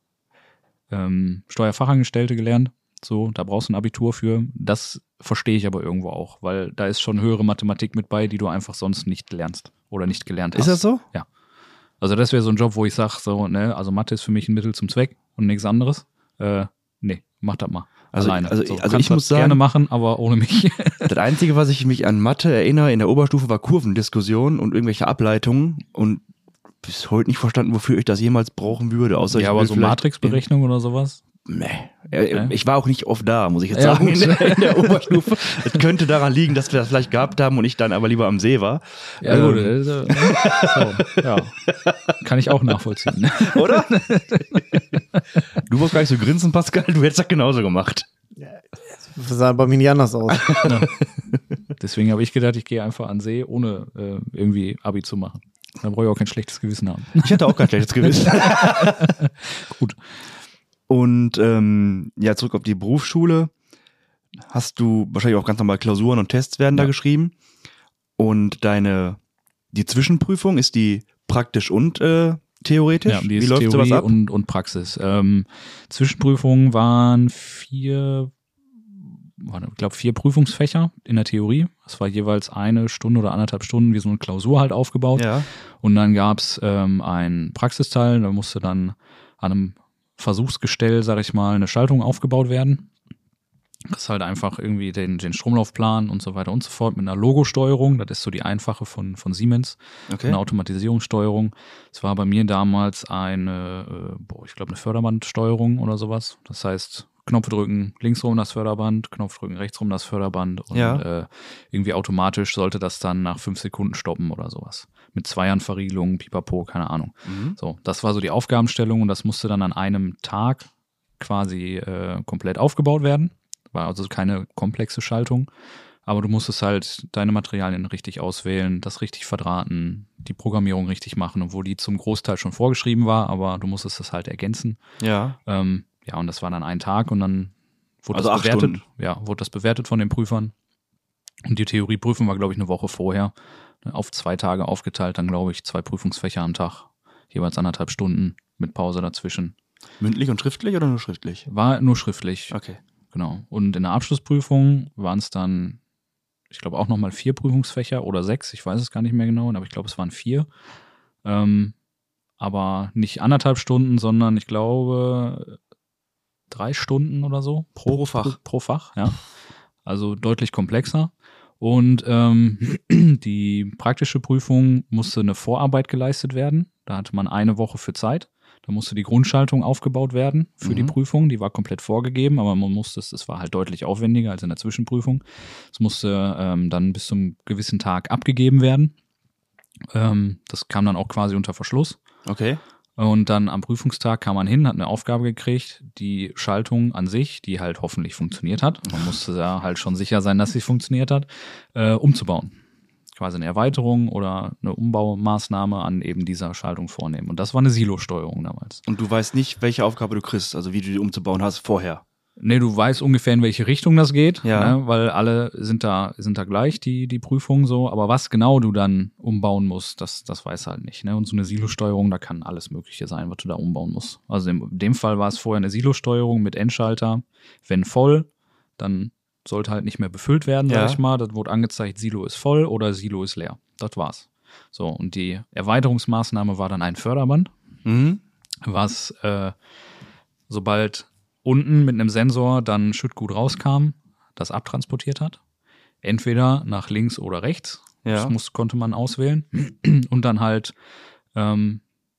Steuerfachangestellte gelernt. So, da brauchst du ein Abitur für. Das verstehe ich aber irgendwo auch, weil da ist schon höhere Mathematik mit bei, die du einfach sonst nicht lernst oder nicht gelernt hast. Ist das so? Ja. Also das wäre so ein Job, wo ich sage, so, ne, also Mathe ist für mich ein Mittel zum Zweck und nichts anderes. Nee, mach das mal. Alleine. Also kannst ich muss sagen, gerne machen, aber ohne mich. Das Einzige, was ich mich an Mathe erinnere in der Oberstufe, war Kurvendiskussionen und irgendwelche Ableitungen und bis heute nicht verstanden, wofür ich das jemals brauchen würde. Außer ja, aber so Matrixberechnung oder sowas? Nee. Ich war auch nicht oft da, muss ich jetzt Ja, sagen, gut. in der Oberstufe. Es könnte daran liegen, dass wir das vielleicht gehabt haben und ich dann aber lieber am See war. Ja, gut. So, ja. Kann ich auch nachvollziehen. Oder? Du warst gar nicht so grinsen, Pascal, du hättest das genauso gemacht. Das sah bei mir nicht anders aus. Ja. Deswegen habe ich gedacht, ich gehe einfach an den See, ohne irgendwie Abi zu machen. Dann brauche ich auch kein schlechtes Gewissen haben. Ich hatte auch kein schlechtes Gewissen. Gut. Und ja, zurück auf die Berufsschule. Hast du wahrscheinlich auch ganz normal Klausuren und Tests werden da geschrieben. Und die Zwischenprüfung, ist die praktisch und theoretisch? Ja, die ist Wie läuft Theorie sowas ab? und Praxis. Zwischenprüfungen waren 4 Prüfungsfächer in der Theorie. Das war jeweils 1 Stunde oder 1,5 Stunden wie so eine Klausur halt aufgebaut. Ja. Und dann gab es einen Praxisteil, da musste dann an einem Versuchsgestell, sag ich mal, eine Schaltung aufgebaut werden. Das ist halt einfach irgendwie den Stromlaufplan und so weiter und so fort mit einer Logosteuerung. Das ist so die einfache von Siemens. Okay. Eine Automatisierungssteuerung. Es war bei mir damals eine Förderbandsteuerung oder sowas. Das heißt, Knopf drücken links rum das Förderband, Knopf drücken rechts rum das Förderband und irgendwie automatisch sollte das dann nach 5 Sekunden stoppen oder sowas. Mit 2-Verriegelungen, pipapo, keine Ahnung. Mhm. So, das war so die Aufgabenstellung und das musste dann an einem Tag quasi komplett aufgebaut werden. War also keine komplexe Schaltung, aber du musstest halt deine Materialien richtig auswählen, das richtig verdrahten, die Programmierung richtig machen, obwohl die zum Großteil schon vorgeschrieben war, aber du musstest das halt ergänzen. Ja. Ja, und das war dann ein Tag und dann wurde Also das 8 bewertet. Stunden. Ja, wurde das bewertet von den Prüfern. Und die Theorieprüfung war, glaube ich, eine Woche vorher. Auf 2 Tage aufgeteilt, dann, glaube ich, 2 Prüfungsfächer am Tag. Jeweils 1,5 Stunden mit Pause dazwischen. Mündlich und schriftlich oder nur schriftlich? War nur schriftlich. Okay. Genau. Und in der Abschlussprüfung waren es dann, ich glaube, auch nochmal 4 Prüfungsfächer oder 6. Ich weiß es gar nicht mehr genau, aber ich glaube, es waren 4. Aber nicht 1,5 Stunden, sondern ich glaube 3 Stunden oder so Pro Fach. Pro Fach, ja. Also deutlich komplexer. Und die praktische Prüfung musste eine Vorarbeit geleistet werden. Da hatte man 1 Woche für Zeit. Da musste die Grundschaltung aufgebaut werden für die Prüfung. Die war komplett vorgegeben, aber man musste es war halt deutlich aufwendiger als in der Zwischenprüfung. Es musste dann bis zum gewissen Tag abgegeben werden. Das kam dann auch quasi unter Verschluss. Okay. Und dann am Prüfungstag kam man hin, hat eine Aufgabe gekriegt, die Schaltung an sich, die halt hoffentlich funktioniert hat, man musste da halt schon sicher sein, dass sie funktioniert hat, umzubauen. Quasi eine Erweiterung oder eine Umbaumaßnahme an eben dieser Schaltung vornehmen. Und das war eine Silosteuerung damals. Und du weißt nicht, welche Aufgabe du kriegst, also wie du die umzubauen hast vorher. Nee, du weißt ungefähr, in welche Richtung das geht, Ja. ne? Weil alle sind da gleich, die Prüfungen so. Aber was genau du dann umbauen musst, das weißt du halt nicht. Ne? Und so eine Silosteuerung, da kann alles Mögliche sein, was du da umbauen musst. Also in dem Fall war es vorher eine Silosteuerung mit Endschalter. Wenn voll, dann sollte halt nicht mehr befüllt werden, Ja. sag ich mal. Das wurde angezeigt, Silo ist voll oder Silo ist leer. Das war's. So, und die Erweiterungsmaßnahme war dann ein Förderband, Mhm. was sobald unten mit einem Sensor dann Schüttgut rauskam, das abtransportiert hat. Entweder nach links oder rechts. Ja. Das konnte man auswählen. Und dann halt, die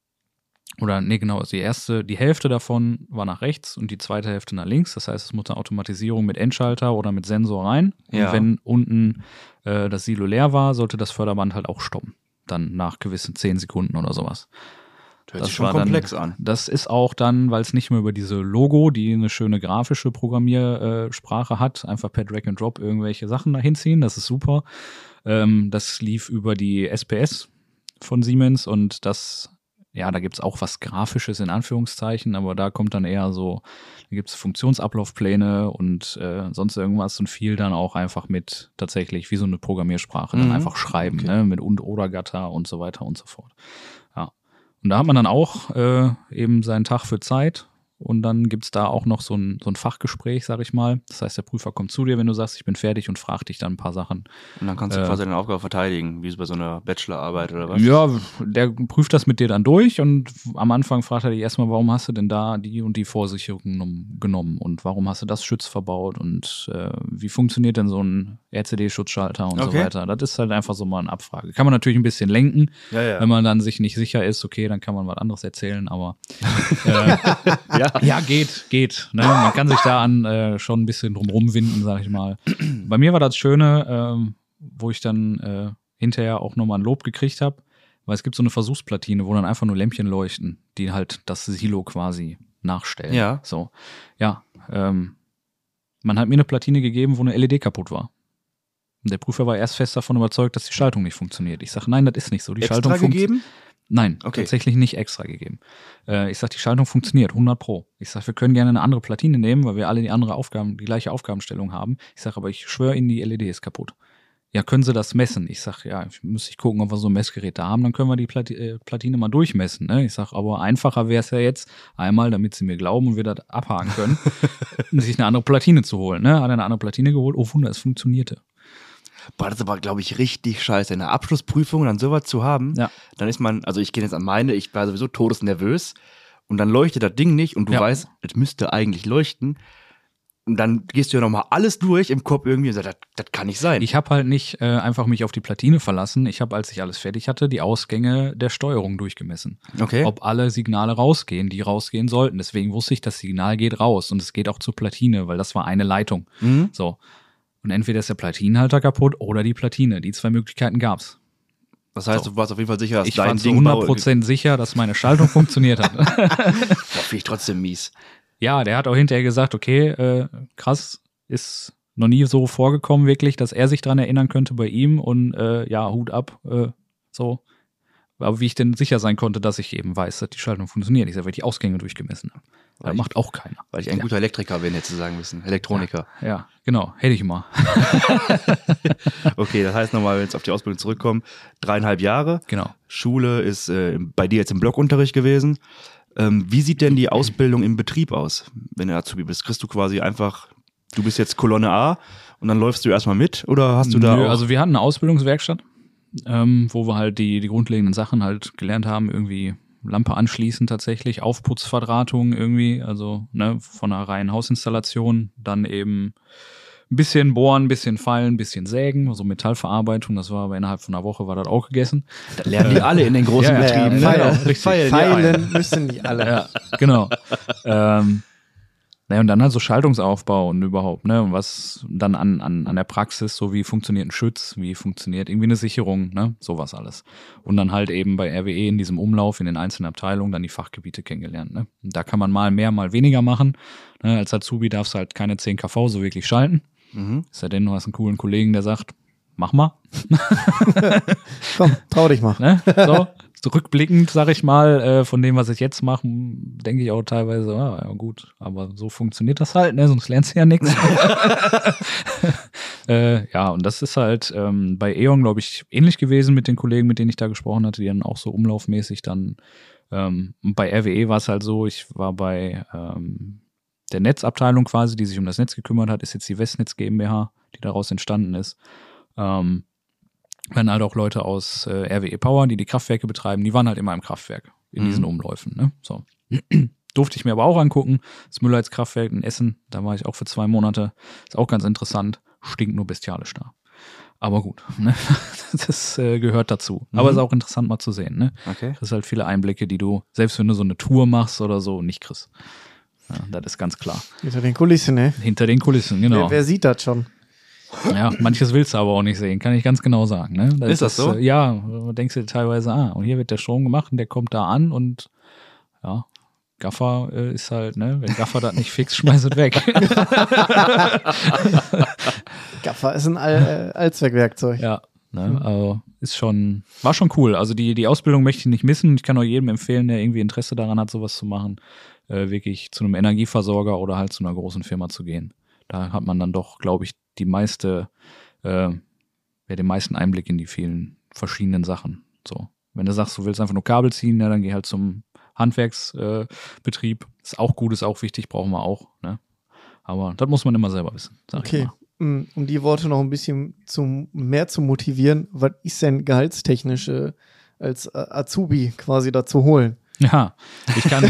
Hälfte davon war nach rechts und die zweite Hälfte nach links. Das heißt, es musste Automatisierung mit Endschalter oder mit Sensor rein. Ja. Und wenn unten das Silo leer war, sollte das Förderband halt auch stoppen. Dann nach gewissen 10 Sekunden oder sowas. Hört sich schon komplex an. Das ist auch dann, weil es nicht mehr über diese Logo, die eine schöne grafische Programmiersprache hat, einfach per Drag and Drop irgendwelche Sachen dahin ziehen. Das ist super. Das lief über die SPS von Siemens und da gibt's auch was Grafisches in Anführungszeichen, aber da kommt dann eher so, da gibt's Funktionsablaufpläne und sonst irgendwas und viel dann auch einfach mit tatsächlich wie so eine Programmiersprache dann einfach schreiben, Okay. ne, mit oder Gatter und so weiter und so fort. Ja. Und da hat man dann auch eben seinen Tag für Zeit und dann gibt's da auch noch so ein Fachgespräch, sag ich mal. Das heißt, der Prüfer kommt zu dir, wenn du sagst, ich bin fertig und fragt dich dann ein paar Sachen. Und dann kannst du quasi deine Aufgabe verteidigen, wie es bei so einer Bachelorarbeit oder was? Ja, der prüft das mit dir dann durch und am Anfang fragt er dich erstmal, warum hast du denn da die und die Vorsicherungen genommen und warum hast du das Schutz verbaut und wie funktioniert denn so ein RCD-Schutzschalter und so weiter. Das ist halt einfach so mal eine Abfrage. Kann man natürlich ein bisschen lenken, Ja. wenn man dann sich nicht sicher ist, okay, dann kann man was anderes erzählen, aber Ja. ja, geht. Ne? Man kann sich da schon ein bisschen drumrum winden, sag ich mal. Bei mir war das Schöne, wo ich dann hinterher auch nochmal ein Lob gekriegt habe, weil es gibt so eine Versuchsplatine, wo dann einfach nur Lämpchen leuchten, die halt das Silo quasi nachstellen. Ja. So. Ja. Man hat mir eine Platine gegeben, wo eine LED kaputt war. Und der Prüfer war erst fest davon überzeugt, dass die Schaltung nicht funktioniert. Ich sage, nein, das ist nicht so. Die Extra Schaltung gegeben? Nein, Okay. tatsächlich nicht extra gegeben. Ich sag, die Schaltung funktioniert, 100 Pro. Ich sag, wir können gerne eine andere Platine nehmen, weil wir alle die gleiche Aufgabenstellung haben. Ich sag, aber ich schwöre Ihnen, die LED ist kaputt. Ja, können Sie das messen? Ich sag, ja, müsste ich gucken, ob wir so ein Messgerät da haben, dann können wir die Platine mal durchmessen. Ne? Ich sag, aber einfacher wäre es ja jetzt, einmal, damit Sie mir glauben und wir das abhaken können, sich eine andere Platine zu holen. Ne? Hat er eine andere Platine geholt, oh Wunder, es funktionierte. Boah, das ist aber, glaube ich, richtig scheiße. In der Abschlussprüfung dann sowas zu haben, Ja. dann ist man, also ich gehe jetzt an meine, ich war sowieso todesnervös und dann leuchtet das Ding nicht und du Ja. weißt, es müsste eigentlich leuchten. Und dann gehst du ja nochmal alles durch im Kopf irgendwie und sagst, das kann nicht sein. Ich habe halt nicht einfach mich auf die Platine verlassen. Ich habe, als ich alles fertig hatte, die Ausgänge der Steuerung durchgemessen. Okay. Ob alle Signale rausgehen, die rausgehen sollten. Deswegen wusste ich, das Signal geht raus und es geht auch zur Platine, weil das war eine Leitung. Mhm. So. Und entweder ist der Platinenhalter kaputt oder die Platine. Die 2 Möglichkeiten gab's. Das heißt, du warst auf jeden Fall sicher, dass Ich war dein zu Ding 100% sicher, dass meine Schaltung funktioniert hat. Boah, finde ich trotzdem mies. Ja, der hat auch hinterher gesagt, okay, krass, ist noch nie so vorgekommen wirklich, dass er sich dran erinnern könnte bei ihm und ja, Hut ab, so. Aber wie ich denn sicher sein konnte, dass ich eben weiß, dass die Schaltung funktioniert. Ich sage, weil ich die Ausgänge durchgemessen habe. Das macht auch keiner. Weil ich ein guter Elektriker bin, hätte ich sagen müssen. Elektroniker. Ja, genau, hätte ich mal. Okay, das heißt nochmal, wenn wir jetzt auf die Ausbildung zurückkommen, 3,5 Jahre. Genau. Schule ist bei dir jetzt im Blockunterricht gewesen. Wie sieht denn die Ausbildung im Betrieb aus, wenn du Azubi bist? Kriegst du quasi einfach, du bist jetzt Kolonne A und dann läufst du erstmal mit oder hast du da Nö, auch... also wir hatten eine Ausbildungswerkstatt, wo wir halt die grundlegenden Sachen halt gelernt haben, irgendwie Lampe anschließen tatsächlich, Aufputzverdrahtung irgendwie, also ne, von einer reinen Hausinstallation, dann eben ein bisschen bohren, ein bisschen feilen, ein bisschen sägen, also Metallverarbeitung, das war aber innerhalb von einer Woche war das auch gegessen. Das lernen die alle in den großen Ja, ja, Betrieben. ja, ne? richtig. Feilen müssen die alle. Ja, genau. Naja, und dann halt so Schaltungsaufbau und überhaupt, ne, und was dann an der Praxis, so wie funktioniert ein Schütz, wie funktioniert irgendwie eine Sicherung, ne, sowas alles. Und dann halt eben bei RWE in diesem Umlauf in den einzelnen Abteilungen dann die Fachgebiete kennengelernt, ne. Und da kann man mal mehr, mal weniger machen, ne, als Azubi darfst du halt keine 10 kV so wirklich schalten. Mhm. Ist ja denn, du hast einen coolen Kollegen, der sagt, mach mal, Komm, trau dich mal. ne, so. rückblickend, sag ich mal, von dem, was ich jetzt mache, denke ich auch teilweise, ja gut, aber so funktioniert das halt, ne? Sonst lernst du ja nichts. Ja, und das ist halt bei E.ON, glaube ich, ähnlich gewesen mit den Kollegen, mit denen ich da gesprochen hatte, die dann auch so umlaufmäßig dann bei RWE war es halt so, ich war bei der Netzabteilung quasi, die sich um das Netz gekümmert hat, ist jetzt die Westnetz GmbH, die daraus entstanden ist. Werden halt auch Leute aus RWE Power, die Kraftwerke betreiben, die waren halt immer im Kraftwerk in diesen Umläufen. Ne? So. Durfte ich mir aber auch angucken. Das Müllheitskraftwerk in Essen, da war ich auch für 2 Monate. Ist auch ganz interessant. Stinkt nur bestialisch da. Aber gut, ne? Das gehört dazu. Aber ist auch interessant mal zu sehen. Ne? Okay. Das sind halt viele Einblicke, die du, selbst wenn du so eine Tour machst oder so, nicht kriegst. Ja, das ist ganz klar. Hinter den Kulissen, ne? Hinter den Kulissen, genau. Wer sieht das schon? Ja, manches willst du aber auch nicht sehen, kann ich ganz genau sagen. Ne? Ist das so? Ja, denkst du dir teilweise, und hier wird der Strom gemacht und der kommt da an und ja, Gaffer ist halt, ne, wenn Gaffer das nicht fix, schmeißt es weg. Gaffer ist ein Allzweckwerkzeug. Ja, ne, also war schon cool. Also die Ausbildung möchte ich nicht missen. Ich kann auch jedem empfehlen, der irgendwie Interesse daran hat, sowas zu machen, wirklich zu einem Energieversorger oder halt zu einer großen Firma zu gehen. Da hat man dann doch, glaube ich, den meisten Einblick in die vielen verschiedenen Sachen. So. Wenn du sagst, du willst einfach nur Kabel ziehen, ja, dann geh halt zum Handwerksbetrieb. Ist auch gut, ist auch wichtig, brauchen wir auch. Ne? Aber das muss man immer selber wissen, sag ich mal. Um die Worte noch ein bisschen mehr zu motivieren, was ist denn gehaltstechnisch als Azubi quasi da zu holen? Ja, ich kann.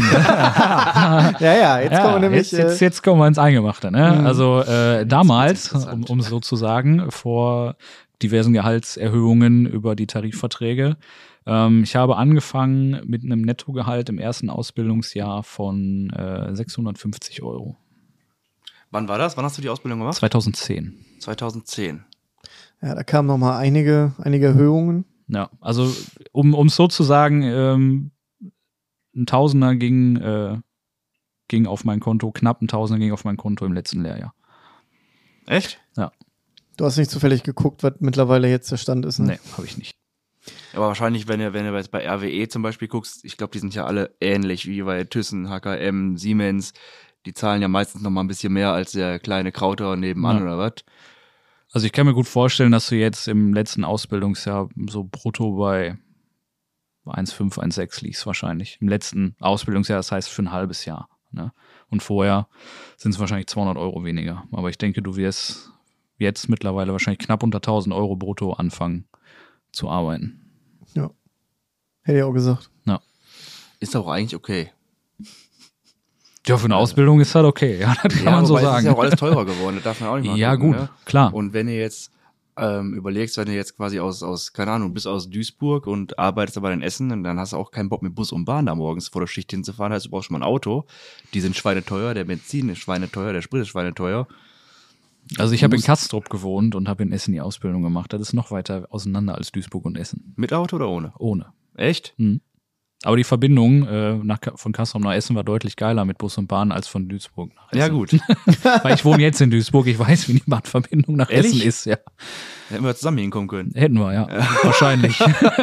Jetzt kommen wir nämlich. Jetzt kommen wir ins Eingemachte. Ne? Also damals, um so zu sagen, vor diversen Gehaltserhöhungen über die Tarifverträge. Ich habe angefangen mit einem Nettogehalt im ersten Ausbildungsjahr von 650 €. Wann war das? Wann hast du die Ausbildung gemacht? 2010. 2010. Ja, da kamen nochmal einige Erhöhungen. Ja, also um es so zu sagen, ein Tausender ging auf mein Konto, knapp ein Tausender ging auf mein Konto im letzten Lehrjahr. Echt? Ja. Du hast nicht zufällig geguckt, was mittlerweile jetzt der Stand ist, ne? Nee, habe ich nicht. Aber wahrscheinlich, wenn du jetzt bei RWE zum Beispiel guckst, ich glaube, die sind ja alle ähnlich wie bei Thyssen, HKM, Siemens. Die zahlen ja meistens noch mal ein bisschen mehr als der kleine Krauter nebenan oder was? Also ich kann mir gut vorstellen, dass du jetzt im letzten Ausbildungsjahr so brutto bei 1,5, 1,6 liegst wahrscheinlich. Im letzten Ausbildungsjahr, das heißt für ein halbes Jahr. Ne? Und vorher sind es wahrscheinlich 200 € weniger. Aber ich denke, du wirst jetzt mittlerweile wahrscheinlich knapp unter 1.000 € brutto anfangen zu arbeiten. Ja. Hätte ich auch gesagt. Ja. Ist auch eigentlich okay. Ja, für eine Ausbildung ist das okay. Ja, das kann man so sagen. Es ist ja auch alles teurer geworden, das darf man auch nicht mal Ja, gucken, gut, ne? klar. Und wenn ihr jetzt überlegst, wenn du jetzt quasi aus, keine Ahnung, bist aus Duisburg und arbeitest aber in Essen, und dann hast du auch keinen Bock mit Bus und Bahn da morgens vor der Schicht hinzufahren, heißt, du brauchst schon mal ein Auto. Die sind schweineteuer, der Benzin ist schweineteuer, der Sprit ist schweineteuer. Also ich habe in Kastrop gewohnt und habe in Essen die Ausbildung gemacht. Das ist noch weiter auseinander als Duisburg und Essen. Mit Auto oder ohne? Ohne. Echt? Mhm. Aber die Verbindung von Kastrop nach Essen war deutlich geiler mit Bus und Bahn als von Duisburg nach Essen. Ja, gut. Weil ich wohne jetzt in Duisburg, ich weiß, wie die Bahnverbindung nach Ehrlich? Essen ist, ja. Hätten wir zusammen hinkommen können. Hätten wir, ja. Wahrscheinlich.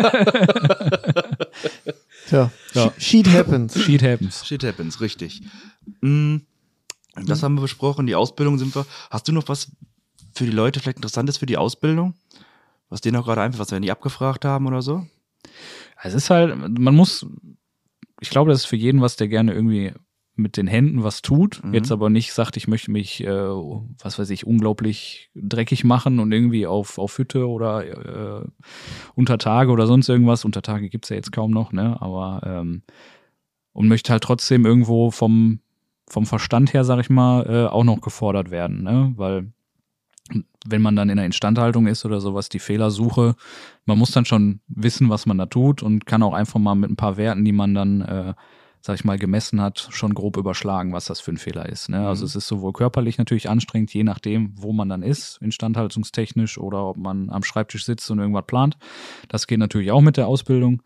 Tja, Ja. Shit happens. Shit happens. Shit happens, richtig. Das haben wir besprochen, die Ausbildung sind wir. Hast du noch was für die Leute vielleicht Interessantes für die Ausbildung? Was denen auch gerade einfach, was wir nicht abgefragt haben oder so? Es ist halt, ich glaube, das ist für jeden was, der gerne irgendwie mit den Händen was tut, jetzt aber nicht sagt, ich möchte mich, was weiß ich, unglaublich dreckig machen und irgendwie auf Hütte oder unter Tage oder sonst irgendwas. Unter Tage gibt's ja jetzt kaum noch, ne? Aber und möchte halt trotzdem irgendwo vom Verstand her, sag ich mal, auch noch gefordert werden, ne? Weil wenn man dann in der Instandhaltung ist oder sowas, die Fehlersuche, man muss dann schon wissen, was man da tut und kann auch einfach mal mit ein paar Werten, die man dann, sag ich mal, gemessen hat, schon grob überschlagen, was das für ein Fehler ist. Ne? Also es ist sowohl körperlich natürlich anstrengend, je nachdem, wo man dann ist, instandhaltungstechnisch oder ob man am Schreibtisch sitzt und irgendwas plant. Das geht natürlich auch mit der Ausbildung.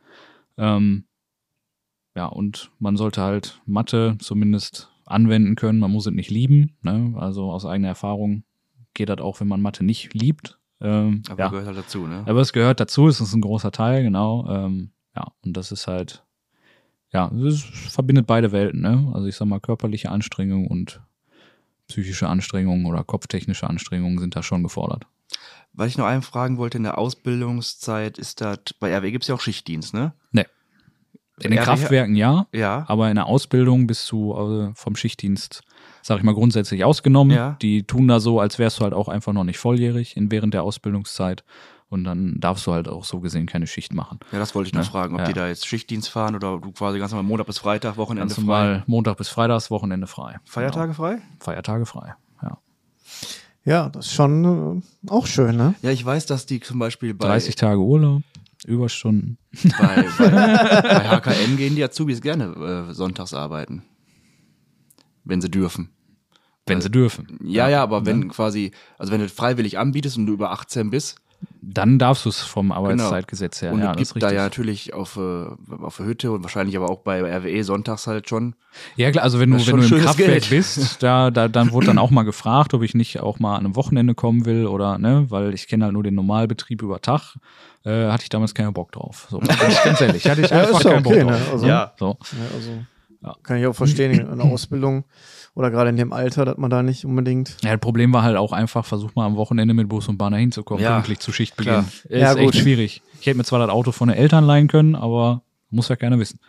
Ja, und man sollte halt Mathe zumindest anwenden können. Man muss es nicht lieben. Ne? Also aus eigener Erfahrung geht das auch, wenn man Mathe nicht liebt. Aber gehört halt dazu, ne? Aber es gehört dazu, es ist ein großer Teil, genau. Ja, und das ist halt, ja, das verbindet beide Welten, ne? Also ich sag mal, körperliche Anstrengung und psychische Anstrengungen oder kopftechnische Anstrengungen sind da schon gefordert. Was ich noch einen fragen wollte, in der Ausbildungszeit ist das, bei RWE gibt es ja auch Schichtdienst, ne? Ne. In den RWE Kraftwerken ja, Ja. aber in der Ausbildung bist du vom Schichtdienst, sag ich mal, grundsätzlich ausgenommen. Ja. Die tun da so, als wärst du halt auch einfach noch nicht volljährig während der Ausbildungszeit. Und dann darfst du halt auch so gesehen keine Schicht machen. Ja, das wollte ich noch Ja, fragen, ob ja. die da jetzt Schichtdienst fahren oder du quasi ganz normal Montag bis Freitag, Wochenende Ganz frei. normal Montag bis Freitags, Wochenende frei. Feiertage frei? Genau. Feiertage frei, ja. Ja, das ist schon auch schön, ne? Ja, ich weiß, dass die zum Beispiel bei 30 Tage Urlaub, Überstunden. bei HKM gehen die Azubis gerne sonntags arbeiten. Wenn sie dürfen. Wenn sie dürfen. Ja, aber wenn quasi, also wenn du freiwillig anbietest und du über 18 bist, Dann darfst du es vom Arbeitszeitgesetz her. und Ja, es das ist gibt da richtig. ja natürlich auf der Hütte und wahrscheinlich aber auch bei RWE sonntags halt schon. Ja, klar, also wenn Das du, ist wenn du schon im schönes Kraftwerk Geld. bist, dann wurde dann auch mal gefragt, ob ich nicht auch mal an einem Wochenende kommen will oder, ne, weil ich kenne halt nur den Normalbetrieb über Tag, hatte ich damals keinen Bock drauf. So, bin ich ganz ehrlich, hatte ich Ja, einfach ist ja keinen Bock okay, drauf. ne? Also, Ja. So. Ja, also Ja. kann ich auch verstehen, in der Ausbildung oder gerade in dem Alter, dass man da nicht unbedingt. Ja, das Problem war halt auch einfach, versuch mal am Wochenende mit Bus und Bahn dahin zu kommen, Ja, pünktlich zu Schichtbeginn. klar. Ist Ja, echt gut. schwierig. Ich hätte mir zwar das Auto von den Eltern leihen können, aber muss ja keiner wissen.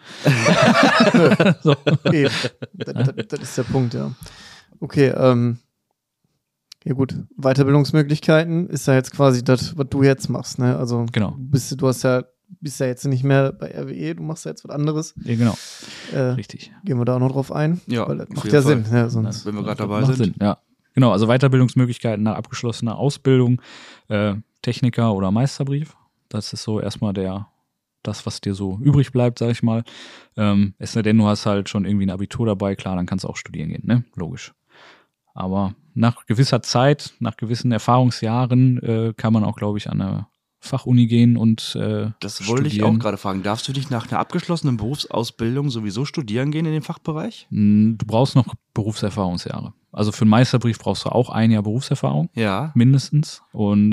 So. Eben. Das ist der Punkt, ja. Okay, ja gut, Weiterbildungsmöglichkeiten ist ja jetzt quasi das, was du jetzt machst, ne? Also Genau. bist ja jetzt nicht mehr bei RWE, du machst ja jetzt was anderes. Ja, genau. Äh, Richtig. Gehen wir da auch noch drauf ein? Ja, Weil das auf macht jeden ja Fall. Sinn, ne? Sonst. Wenn wir gerade dabei Macht sind. Sinn, ja. Genau, also Weiterbildungsmöglichkeiten nach abgeschlossener Ausbildung, Techniker oder Meisterbrief. Das ist so erstmal das, was dir so übrig bleibt, sag ich mal. Es sei denn, du hast halt schon irgendwie ein Abitur dabei, klar, dann kannst du auch studieren gehen, ne? Logisch. Aber nach gewisser Zeit, nach gewissen Erfahrungsjahren kann man auch, glaube ich, an eine Fachuni gehen und Das wollte ich auch gerade fragen. Darfst du dich nach einer abgeschlossenen Berufsausbildung sowieso studieren gehen in dem Fachbereich? Du brauchst noch Berufserfahrungsjahre. Also für einen Meisterbrief brauchst du auch 1 Jahr Berufserfahrung. Ja. Mindestens. Und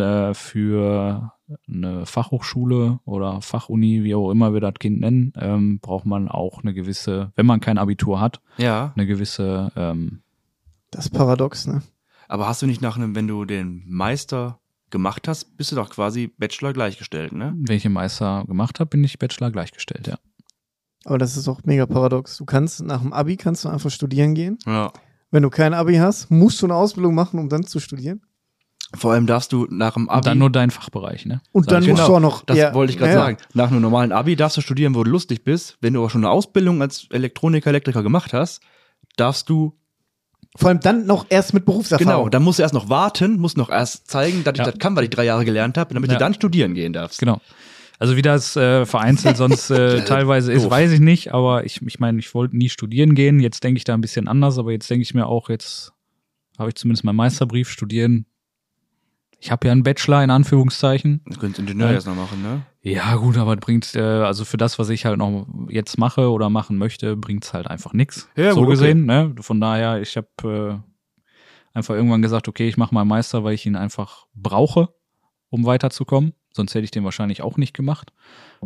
für eine Fachhochschule oder Fachuni, wie auch immer wir das Kind nennen, braucht man auch eine gewisse, wenn man kein Abitur hat, Ja. eine gewisse, Das ist paradox, ne? Aber hast du nicht wenn du den Meister gemacht hast, bist du doch quasi Bachelor gleichgestellt, ne? wenn ich einen Meister gemacht habe, bin ich Bachelor gleichgestellt, ja. Aber das ist auch mega paradox. Du kannst nach dem Abi kannst du einfach studieren gehen. Ja. Wenn du kein Abi hast, musst du eine Ausbildung machen, um dann zu studieren. Vor allem darfst du nach dem Abi. Und dann nur dein Fachbereich, ne? Und dann Sag ich musst mal. du auch noch. Das ja, wollte ich gerade ja, sagen. Nach einem normalen Abi darfst du studieren, wo du lustig bist. Wenn du aber schon eine Ausbildung als Elektroniker gemacht hast, darfst du. Vor allem dann noch erst mit Berufserfahrung. Genau, dann musst du erst noch warten, musst noch erst zeigen, dass ich Ja. das kann, weil ich 3 Jahre gelernt habe, damit Ja. du dann studieren gehen darfst. Genau. Also wie das vereinzelt sonst teilweise ist, doof. weiß ich nicht, aber ich meine, ich wollte nie studieren gehen. Jetzt denke ich da ein bisschen anders, aber jetzt denke ich mir auch, jetzt habe ich zumindest meinen Meisterbrief studieren. Ich habe ja einen Bachelor in Anführungszeichen. Du könntest Ingenieur Ja. jetzt noch machen, ne? Ja gut, aber bringt, also für das, was ich halt noch jetzt mache oder machen möchte, bringt's halt einfach nichts. Ja, so gut, okay. gesehen, ne? Von daher, ich habe einfach irgendwann gesagt, okay, ich mache meinen Meister, weil ich ihn einfach brauche, um weiterzukommen. Sonst hätte ich den wahrscheinlich auch nicht gemacht.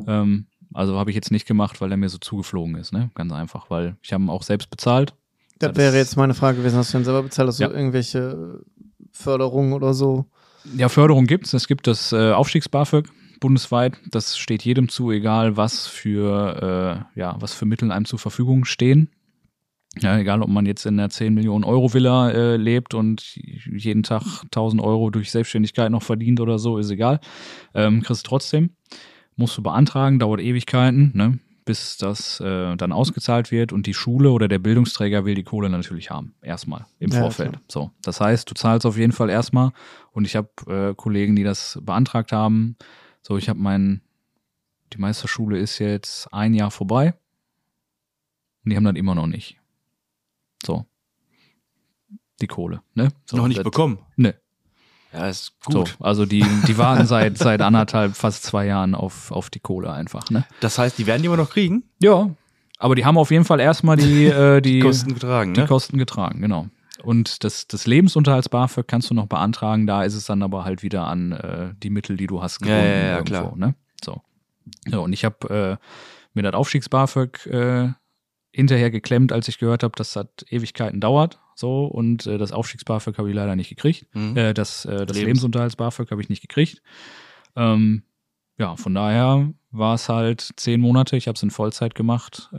Also habe ich jetzt nicht gemacht, weil er mir so zugeflogen ist, ne? Ganz einfach, weil ich habe ihn auch selbst bezahlt. Das wäre jetzt meine Frage gewesen. Hast du denn selber bezahlt? Hast du Ja. irgendwelche Förderungen oder so? Ja, Förderung gibt's. Es gibt das Aufstiegs-BAföG bundesweit. Das steht jedem zu, egal was für Mittel einem zur Verfügung stehen. Ja, egal, ob man jetzt in der 10 Millionen Euro Villa lebt und jeden Tag 1.000 Euro durch Selbstständigkeit noch verdient oder so, ist egal. Kriegst du trotzdem. Musst du beantragen, dauert Ewigkeiten, ne? Bis das dann ausgezahlt wird und die Schule oder der Bildungsträger will die Kohle natürlich haben. Erstmal im Ja, Vorfeld. klar. So, das heißt, du zahlst auf jeden Fall erstmal und ich habe Kollegen, die das beantragt haben. So, ich habe die Meisterschule ist jetzt 1 Jahr vorbei und die haben das immer noch nicht. So. Die Kohle, ne? So, noch nicht das- bekommen. Ne. Ja, ist gut. So, also die warten seit 1,5, fast 2 Jahren auf die Kohle einfach, ne? Das heißt, die werden die immer noch kriegen? Ja, aber die haben auf jeden Fall erstmal die Kosten getragen, ne? Kosten getragen, genau. Und das Lebensunterhalts-BAföG kannst du noch beantragen, da ist es dann aber halt wieder an die Mittel, die du hast, Ja, ja, irgendwo, klar. ne? So. Ja, und ich habe mir das Aufstiegs-BAföG hinterher geklemmt, als ich gehört habe, dass das Ewigkeiten dauert. So, und das Aufstiegs-BAföG habe ich leider nicht gekriegt. Das Lebensunterhalts-BAföG habe ich nicht gekriegt. Ja, von daher war es halt 10 Monate. Ich habe es in Vollzeit gemacht.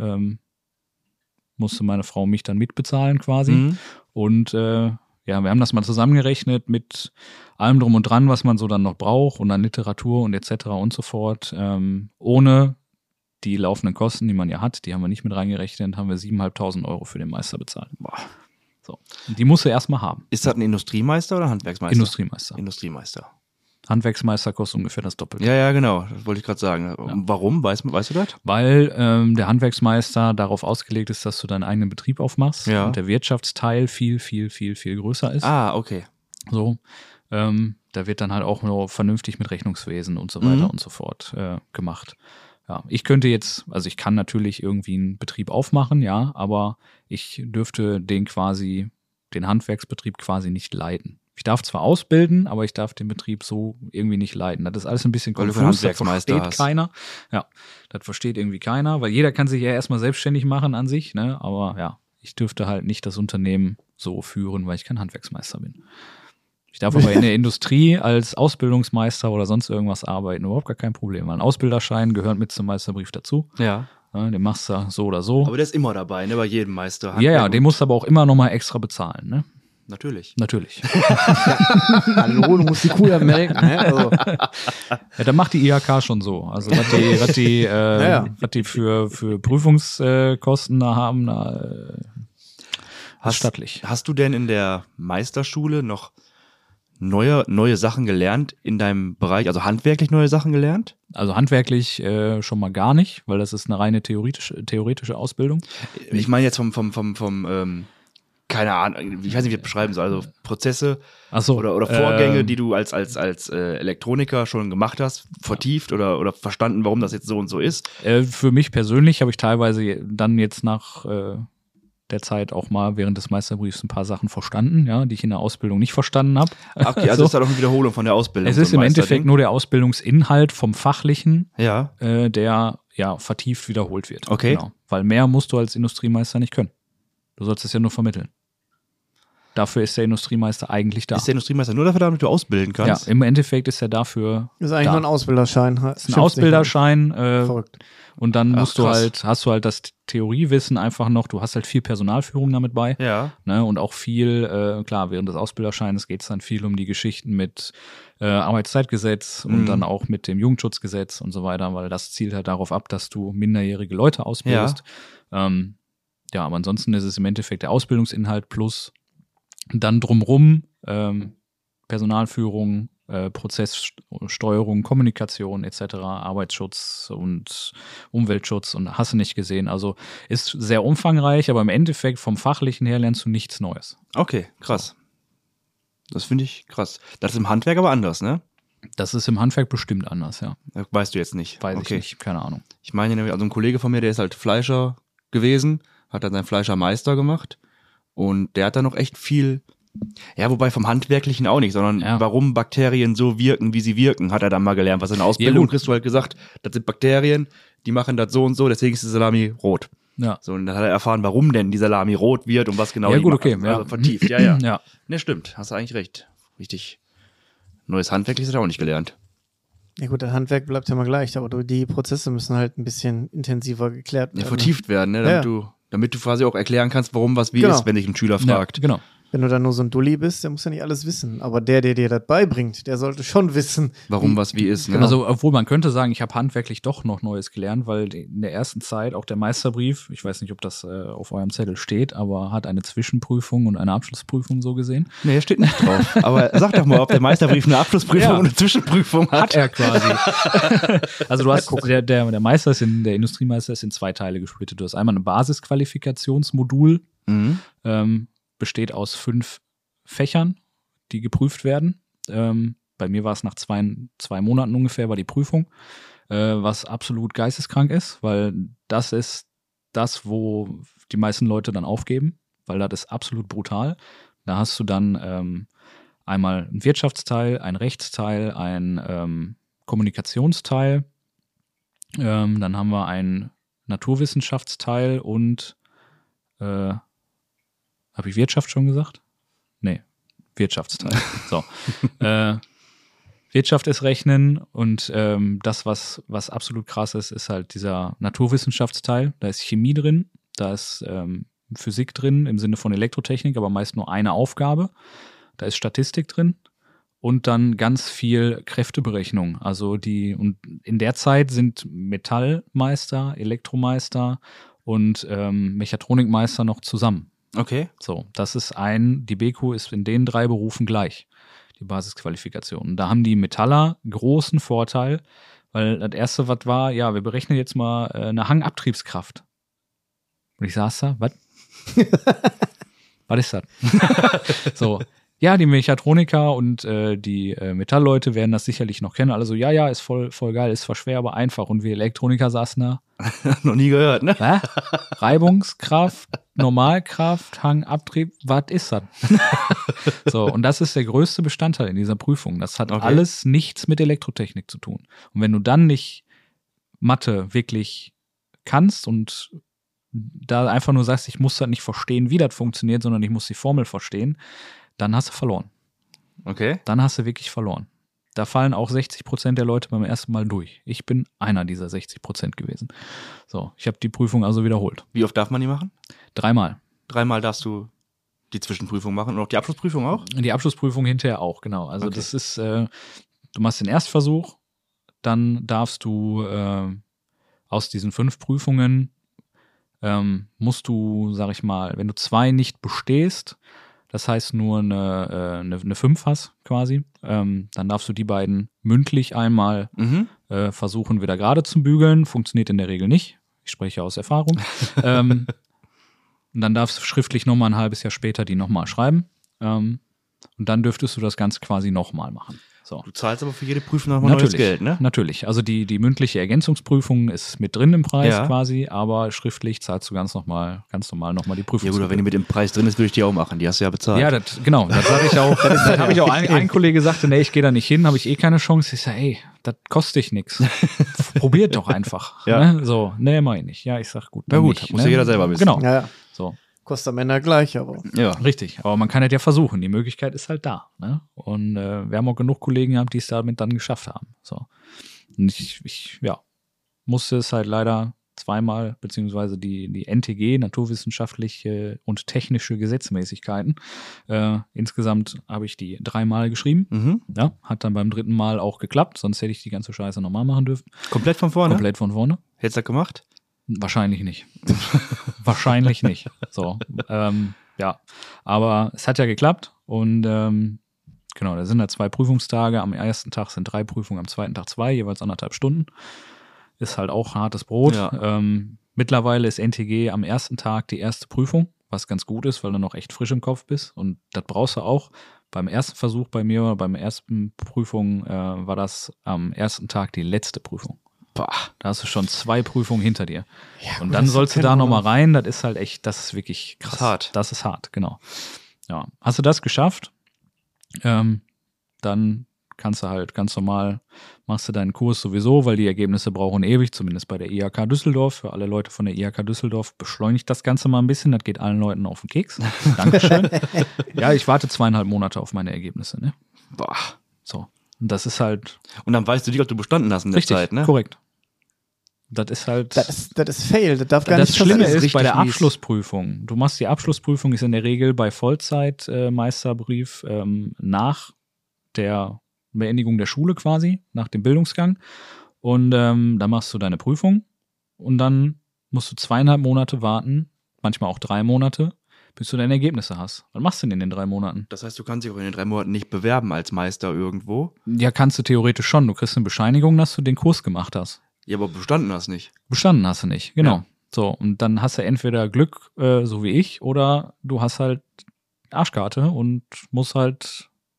Musste meine Frau mich dann mitbezahlen quasi. Und ja, wir haben das mal zusammengerechnet mit allem drum und dran, was man so dann noch braucht und an Literatur und etc. und so fort. Ohne die laufenden Kosten, die man ja hat, die haben wir nicht mit reingerechnet, haben wir 7.500 Euro für den Meister bezahlt. Boah. So. Und die musst du erstmal haben. Ist das ein Industriemeister oder Handwerksmeister? Industriemeister. Handwerksmeister kostet ungefähr das Doppelte. Ja, genau. Das wollte ich gerade sagen. Ja. Warum? Weißt du das? Weil der Handwerksmeister darauf ausgelegt ist, dass du deinen eigenen Betrieb aufmachst und der Wirtschaftsteil viel, viel, viel, viel größer ist. Ah, okay. So. Da wird dann halt auch nur vernünftig mit Rechnungswesen und so weiter und so fort gemacht. Ja, ich könnte jetzt, also ich kann natürlich irgendwie einen Betrieb aufmachen, ja, aber ich dürfte den Handwerksbetrieb quasi nicht leiten. Ich darf zwar ausbilden, aber ich darf den Betrieb so irgendwie nicht leiten. Das ist alles ein bisschen konfus, das versteht keiner. Ja, das versteht irgendwie keiner, weil jeder kann sich ja erstmal selbstständig machen an sich, ne? Aber ja, ich dürfte halt nicht das Unternehmen so führen, weil ich kein Handwerksmeister bin. Ich darf aber in der Industrie als Ausbildungsmeister oder sonst irgendwas arbeiten, überhaupt gar kein Problem. Weil ein Ausbilderschein gehört mit zum Meisterbrief dazu. Ja. Den machst du so oder so. Aber der ist immer dabei, ne? Bei jedem Meister. Ja, den musst du aber auch immer nochmal extra bezahlen, ne? Natürlich. Hallo, du musst die Kuh ja melken, ne? Also. Ja, dann macht die IHK schon so. Also was die für Prüfungskosten da haben, stattlich. Hast du denn in der Meisterschule noch neue Sachen gelernt in deinem Bereich, also handwerklich neue Sachen gelernt? Also handwerklich schon mal gar nicht, weil das ist eine reine theoretische Ausbildung. Ich meine jetzt vom keine Ahnung, ich weiß nicht, wie ich das beschreiben soll, also Prozesse oder Vorgänge, die du als Elektroniker schon gemacht hast, vertieft oder verstanden, warum das jetzt so und so ist? Für mich persönlich habe ich teilweise dann jetzt nach der Zeit auch mal während des Meisterbriefs ein paar Sachen verstanden, ja, die ich in der Ausbildung nicht verstanden habe. Okay, also ist da doch eine Wiederholung von der Ausbildung. Es ist im Endeffekt nur der Ausbildungsinhalt vom Fachlichen, der vertieft wiederholt wird. Okay. Genau. Weil mehr musst du als Industriemeister nicht können. Du sollst es ja nur vermitteln. Dafür ist der Industriemeister eigentlich da. Ist der Industriemeister nur dafür da, damit du ausbilden kannst? Ja, im Endeffekt ist er dafür Das ist eigentlich nur ein Ausbilderschein. Das ist ein Ausbilderschein. Verrückt. Und dann hast du halt das Theoriewissen einfach noch. Du hast halt viel Personalführung damit bei. Ja. Ne, und auch viel, klar, während des Ausbilderscheins geht es dann viel um die Geschichten mit Arbeitszeitgesetz und dann auch mit dem Jugendschutzgesetz und so weiter, weil das zielt halt darauf ab, dass du minderjährige Leute ausbildest. Ja, aber ansonsten ist es im Endeffekt der Ausbildungsinhalt plus dann drumrum Personalführung, Prozesssteuerung, Kommunikation etc., Arbeitsschutz und Umweltschutz und hast du nicht gesehen. Also ist sehr umfangreich, aber im Endeffekt vom Fachlichen her lernst du nichts Neues. Okay, krass. Das finde ich krass. Das ist im Handwerk aber anders, ne? Das ist im Handwerk bestimmt anders, ja. Weißt du jetzt nicht? Weiß ich nicht, keine Ahnung. Ich meine nämlich, also ein Kollege von mir, der ist halt Fleischer gewesen, hat dann seinen Fleischermeister gemacht und der hat dann noch echt viel, ja, wobei vom Handwerklichen auch nicht, sondern warum Bakterien so wirken, wie sie wirken, hat er dann mal gelernt. Was in der Ausbildung kriegst du halt gesagt, das sind Bakterien, die machen das so und so, deswegen ist die Salami rot. Ja. So, und dann hat er erfahren, warum denn die Salami rot wird und was genau die gut, macht. Also vertieft, ja. Ja. Ne, stimmt, hast du eigentlich recht. Richtig. Neues Handwerkliches hat er auch nicht gelernt. Ja gut, das Handwerk bleibt ja mal gleich, aber die Prozesse müssen halt ein bisschen intensiver geklärt werden. Ja, vertieft werden, ne? Damit du quasi auch erklären kannst, warum was wie ist, wenn dich ein Schüler fragt. Ja, genau. Wenn du dann nur so ein Dulli bist, der muss ja nicht alles wissen. Aber der dir das beibringt, der sollte schon wissen, warum was wie ist. Ne? Also, obwohl man könnte sagen, ich habe handwerklich doch noch Neues gelernt, weil in der ersten Zeit auch der Meisterbrief, ich weiß nicht, ob das auf eurem Zettel steht, aber hat eine Zwischenprüfung und eine Abschlussprüfung so gesehen. Nee, steht nicht drauf. Aber sag doch mal, ob der Meisterbrief eine Abschlussprüfung und eine Zwischenprüfung hat. Hat er quasi. Also du hast, der Meister der Industriemeister ist in 2 Teile gesplittet. Du hast einmal ein Basisqualifikationsmodul, besteht aus 5 Fächern, die geprüft werden. Bei mir war es nach 2 Monaten ungefähr, war die Prüfung, was absolut geisteskrank ist, weil das ist das, wo die meisten Leute dann aufgeben, weil das ist absolut brutal. Da hast du dann einmal einen Wirtschaftsteil, einen Rechtsteil, einen Kommunikationsteil Dann haben wir einen Naturwissenschaftsteil und habe ich Wirtschaft schon gesagt? Nee, Wirtschaftsteil. So. Wirtschaft ist Rechnen und das, was absolut krass ist, ist halt dieser Naturwissenschaftsteil. Da ist Chemie drin, da ist Physik drin im Sinne von Elektrotechnik, aber meist nur eine Aufgabe. Da ist Statistik drin und dann ganz viel Kräfteberechnung. Also und in der Zeit sind Metallmeister, Elektromeister und Mechatronikmeister noch zusammen. Okay. So, die BQ ist in den 3 Berufen gleich, die Basisqualifikation. Und da haben die Metaller großen Vorteil, weil das erste, was war, ja, wir berechnen jetzt mal eine Hangabtriebskraft. Und ich saß da, was? Was ist das? So, ja, die Mechatroniker und die Metallleute werden das sicherlich noch kennen. Also, ja, ist voll geil, ist zwar schwer, aber einfach. Und wir Elektroniker saßen da. Noch nie gehört, ne? Reibungskraft, Normalkraft, Hangabtrieb, was ist das? So, und das ist der größte Bestandteil in dieser Prüfung. Das hat alles nichts mit Elektrotechnik zu tun. Und wenn du dann nicht Mathe wirklich kannst und da einfach nur sagst, ich muss das nicht verstehen, wie das funktioniert, sondern ich muss die Formel verstehen, dann hast du verloren. Okay. Dann hast du wirklich verloren. Da fallen auch 60% der Leute beim ersten Mal durch. Ich bin einer dieser 60% gewesen. So, ich habe die Prüfung also wiederholt. Wie oft darf man die machen? 3-mal. 3-mal darfst du die Zwischenprüfung machen und auch die Abschlussprüfung auch? Die Abschlussprüfung hinterher auch, genau. Also das ist, du machst den Erstversuch, dann darfst du aus diesen 5 Prüfungen musst du, sag ich mal, wenn du 2 nicht bestehst, das heißt nur eine 5 hast quasi, dann darfst du die beiden mündlich einmal versuchen wieder gerade zu bügeln. Funktioniert in der Regel nicht. Ich spreche aus Erfahrung. Und dann darfst du schriftlich nochmal ein halbes Jahr später die nochmal schreiben. Und dann dürftest du das Ganze quasi nochmal machen. So. Du zahlst aber für jede Prüfung nochmal neues Geld, ne? Natürlich. Also die mündliche Ergänzungsprüfung ist mit drin im Preis quasi, aber schriftlich zahlst du ganz normal nochmal die Prüfung. Ja gut, aber wenn die mit dem Preis drin ist, würde ich die auch machen. Die hast du ja bezahlt. Ja, das sage ich auch. Das habe ich auch. Ein Kollege sagte, nee, ich gehe da nicht hin, habe ich keine Chance. Ich sage, ey, das kostet dich nichts. Probiert doch einfach. Ja. Ne? So, nee, mach ich nicht. Ja, ich sag gut. Na gut, nicht, muss ja jeder selber wissen. Genau. Ja. So. Kostet am Ende gleich, aber. Ja. Richtig, aber man kann es ja versuchen. Die Möglichkeit ist halt da. Ne? Und wir haben auch genug Kollegen gehabt, die es damit dann geschafft haben. So. Und ich musste es halt leider 2-mal, beziehungsweise die NTG, naturwissenschaftliche und technische Gesetzmäßigkeiten. Insgesamt habe ich die 3-mal geschrieben. Mhm. Ja, hat dann beim 3. Mal auch geklappt, sonst hätte ich die ganze Scheiße nochmal machen dürfen. Komplett von vorne? Komplett von vorne. Hättest du das gemacht? Wahrscheinlich nicht. Wahrscheinlich nicht. So, ja. Aber es hat ja geklappt und genau, da sind 2 Prüfungstage. Am ersten Tag sind 3 Prüfungen, am zweiten Tag 2, jeweils 1,5 Stunden. Ist halt auch hartes Brot. Ja. Mittlerweile ist NTG am ersten Tag die erste Prüfung, was ganz gut ist, weil du noch echt frisch im Kopf bist und das brauchst du auch. Beim ersten Versuch bei mir, beim ersten Prüfung war das am ersten Tag die letzte Prüfung. Boah, da hast du schon 2 Prüfungen hinter dir. Ja, und dann sollst du da nochmal rein. Das ist halt echt, das ist wirklich krass. Das ist hart. Das ist hart, genau. Ja. Hast du das geschafft, dann kannst du halt ganz normal, machst du deinen Kurs sowieso, weil die Ergebnisse brauchen ewig, zumindest bei der IHK Düsseldorf. Für alle Leute von der IHK Düsseldorf beschleunigt das Ganze mal ein bisschen. Das geht allen Leuten auf den Keks. Dankeschön. Ja, ich warte 2,5 Monate auf meine Ergebnisse. Ne? Boah. So. Und das ist halt. Und dann weißt du nicht, ob du bestanden hast in der richtig, Zeit, ne? Korrekt. Das ist halt. Das ist Fail. Das darf gar nicht passieren. Das Schlimme ist bei der mies. Abschlussprüfung. Du machst die Abschlussprüfung, ist in der Regel bei Vollzeitmeisterbrief nach der Beendigung der Schule quasi, nach dem Bildungsgang. Und dann machst du deine Prüfung und dann musst du 2,5 Monate warten, manchmal auch 3 Monate, bis du deine Ergebnisse hast. Was machst du denn in den 3 Monaten? Das heißt, du kannst dich auch in den 3 Monaten nicht bewerben als Meister irgendwo. Ja, kannst du theoretisch schon. Du kriegst eine Bescheinigung, dass du den Kurs gemacht hast. Ja, aber bestanden hast nicht. Bestanden hast du nicht, genau. Ja. So, und dann hast du entweder Glück, so wie ich, oder du hast halt Arschkarte und musst halt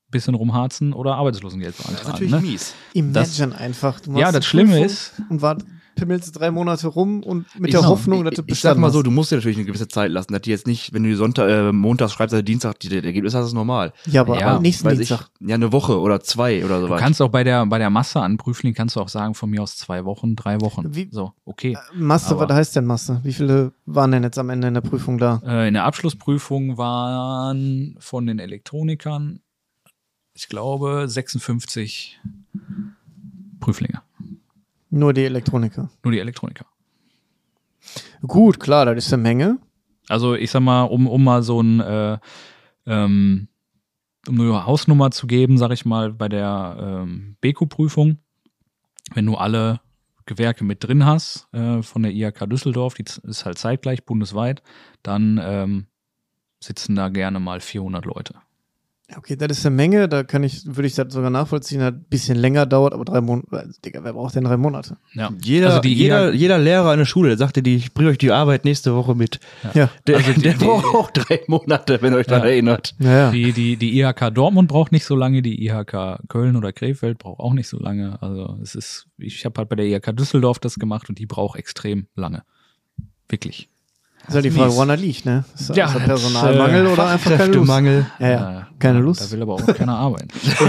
bisschen rumharzen oder Arbeitslosengeld Das ist beantragen. natürlich Ne? mies. Imagine einfach. Du machst Ja, das eine Schlimme Prüfung ist, und pimmelst 3 Monate rum und mit Ich der sag- Hoffnung, dass du Ich sag mal so, bestanden du musst dir natürlich eine gewisse Zeit lassen, dass die jetzt nicht, wenn du montags schreibst, also Dienstag die Ergebnisse hast, ist normal. hast. Ja, aber Ja, am nächsten Weiß Dienstag. ja, eine Woche oder 2 oder so du weiter. kannst auch bei der Masse an Prüflingen kannst du auch sagen, von mir aus 2 Wochen, 3 Wochen. Wie- So, okay. Masse, Aber- was heißt denn Masse? Wie viele waren denn jetzt am Ende in der Prüfung da? In der Abschlussprüfung waren von den Elektronikern, ich glaube, 56 Prüflinge. Nur die Elektroniker. Nur die Elektroniker. Gut, klar, das ist eine Menge. Also ich sag mal, um mal so ein um eine Hausnummer zu geben, sag ich mal, bei der BEKU-Prüfung, wenn du alle Gewerke mit drin hast von der IHK Düsseldorf, die ist halt zeitgleich bundesweit, dann sitzen da gerne mal 400 Leute. Okay, das ist eine Menge, würde ich das sogar nachvollziehen, dass ein bisschen länger dauert, aber 3 Monate, Digga, wer braucht denn 3 Monate? Ja. Jeder, Also die jeder Lehrer an der Schule, der sagte, ich bringe euch die Arbeit nächste Woche mit. Ja, Der, Also der braucht auch 3 Monate, wenn ihr euch daran erinnert. ja. Die IHK Dortmund braucht nicht so lange, die IHK Köln oder Krefeld braucht auch nicht so lange. Also ich habe halt bei der IHK Düsseldorf das gemacht und die braucht extrem lange. Wirklich. Das ist halt die Frage, woran das liegt, ne? Ist das Ja, also Personalmangel oder einfach keine Lust? Fachkräftemangel. Ja, keine Lust. Da will aber auch keiner arbeiten.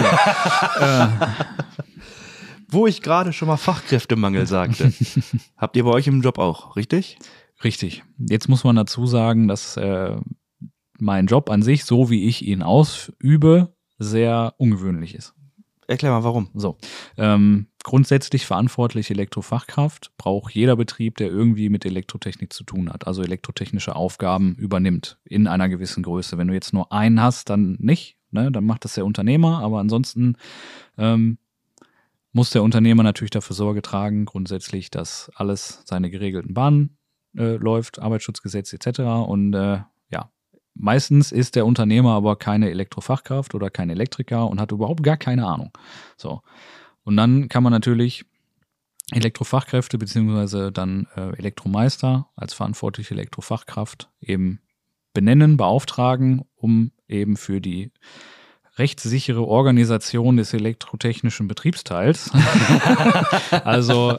Wo ich gerade schon mal Fachkräftemangel sagte. Habt ihr bei euch im Job auch, richtig? Richtig. Jetzt muss man dazu sagen, dass mein Job an sich, so wie ich ihn ausübe, sehr ungewöhnlich ist. Erklär mal, warum. So, grundsätzlich verantwortliche Elektrofachkraft braucht jeder Betrieb, der irgendwie mit Elektrotechnik zu tun hat, also elektrotechnische Aufgaben übernimmt in einer gewissen Größe. Wenn du jetzt nur einen hast, dann nicht, ne? Dann macht das der Unternehmer, aber ansonsten muss der Unternehmer natürlich dafür Sorge tragen, grundsätzlich, dass alles seine geregelten Bahnen läuft, Arbeitsschutzgesetz etc. Und meistens ist der Unternehmer aber keine Elektrofachkraft oder kein Elektriker und hat überhaupt gar keine Ahnung. So. Und dann kann man natürlich Elektrofachkräfte beziehungsweise dann Elektromeister als verantwortliche Elektrofachkraft eben benennen, beauftragen, um eben für die rechtssichere Organisation des elektrotechnischen Betriebsteils. Also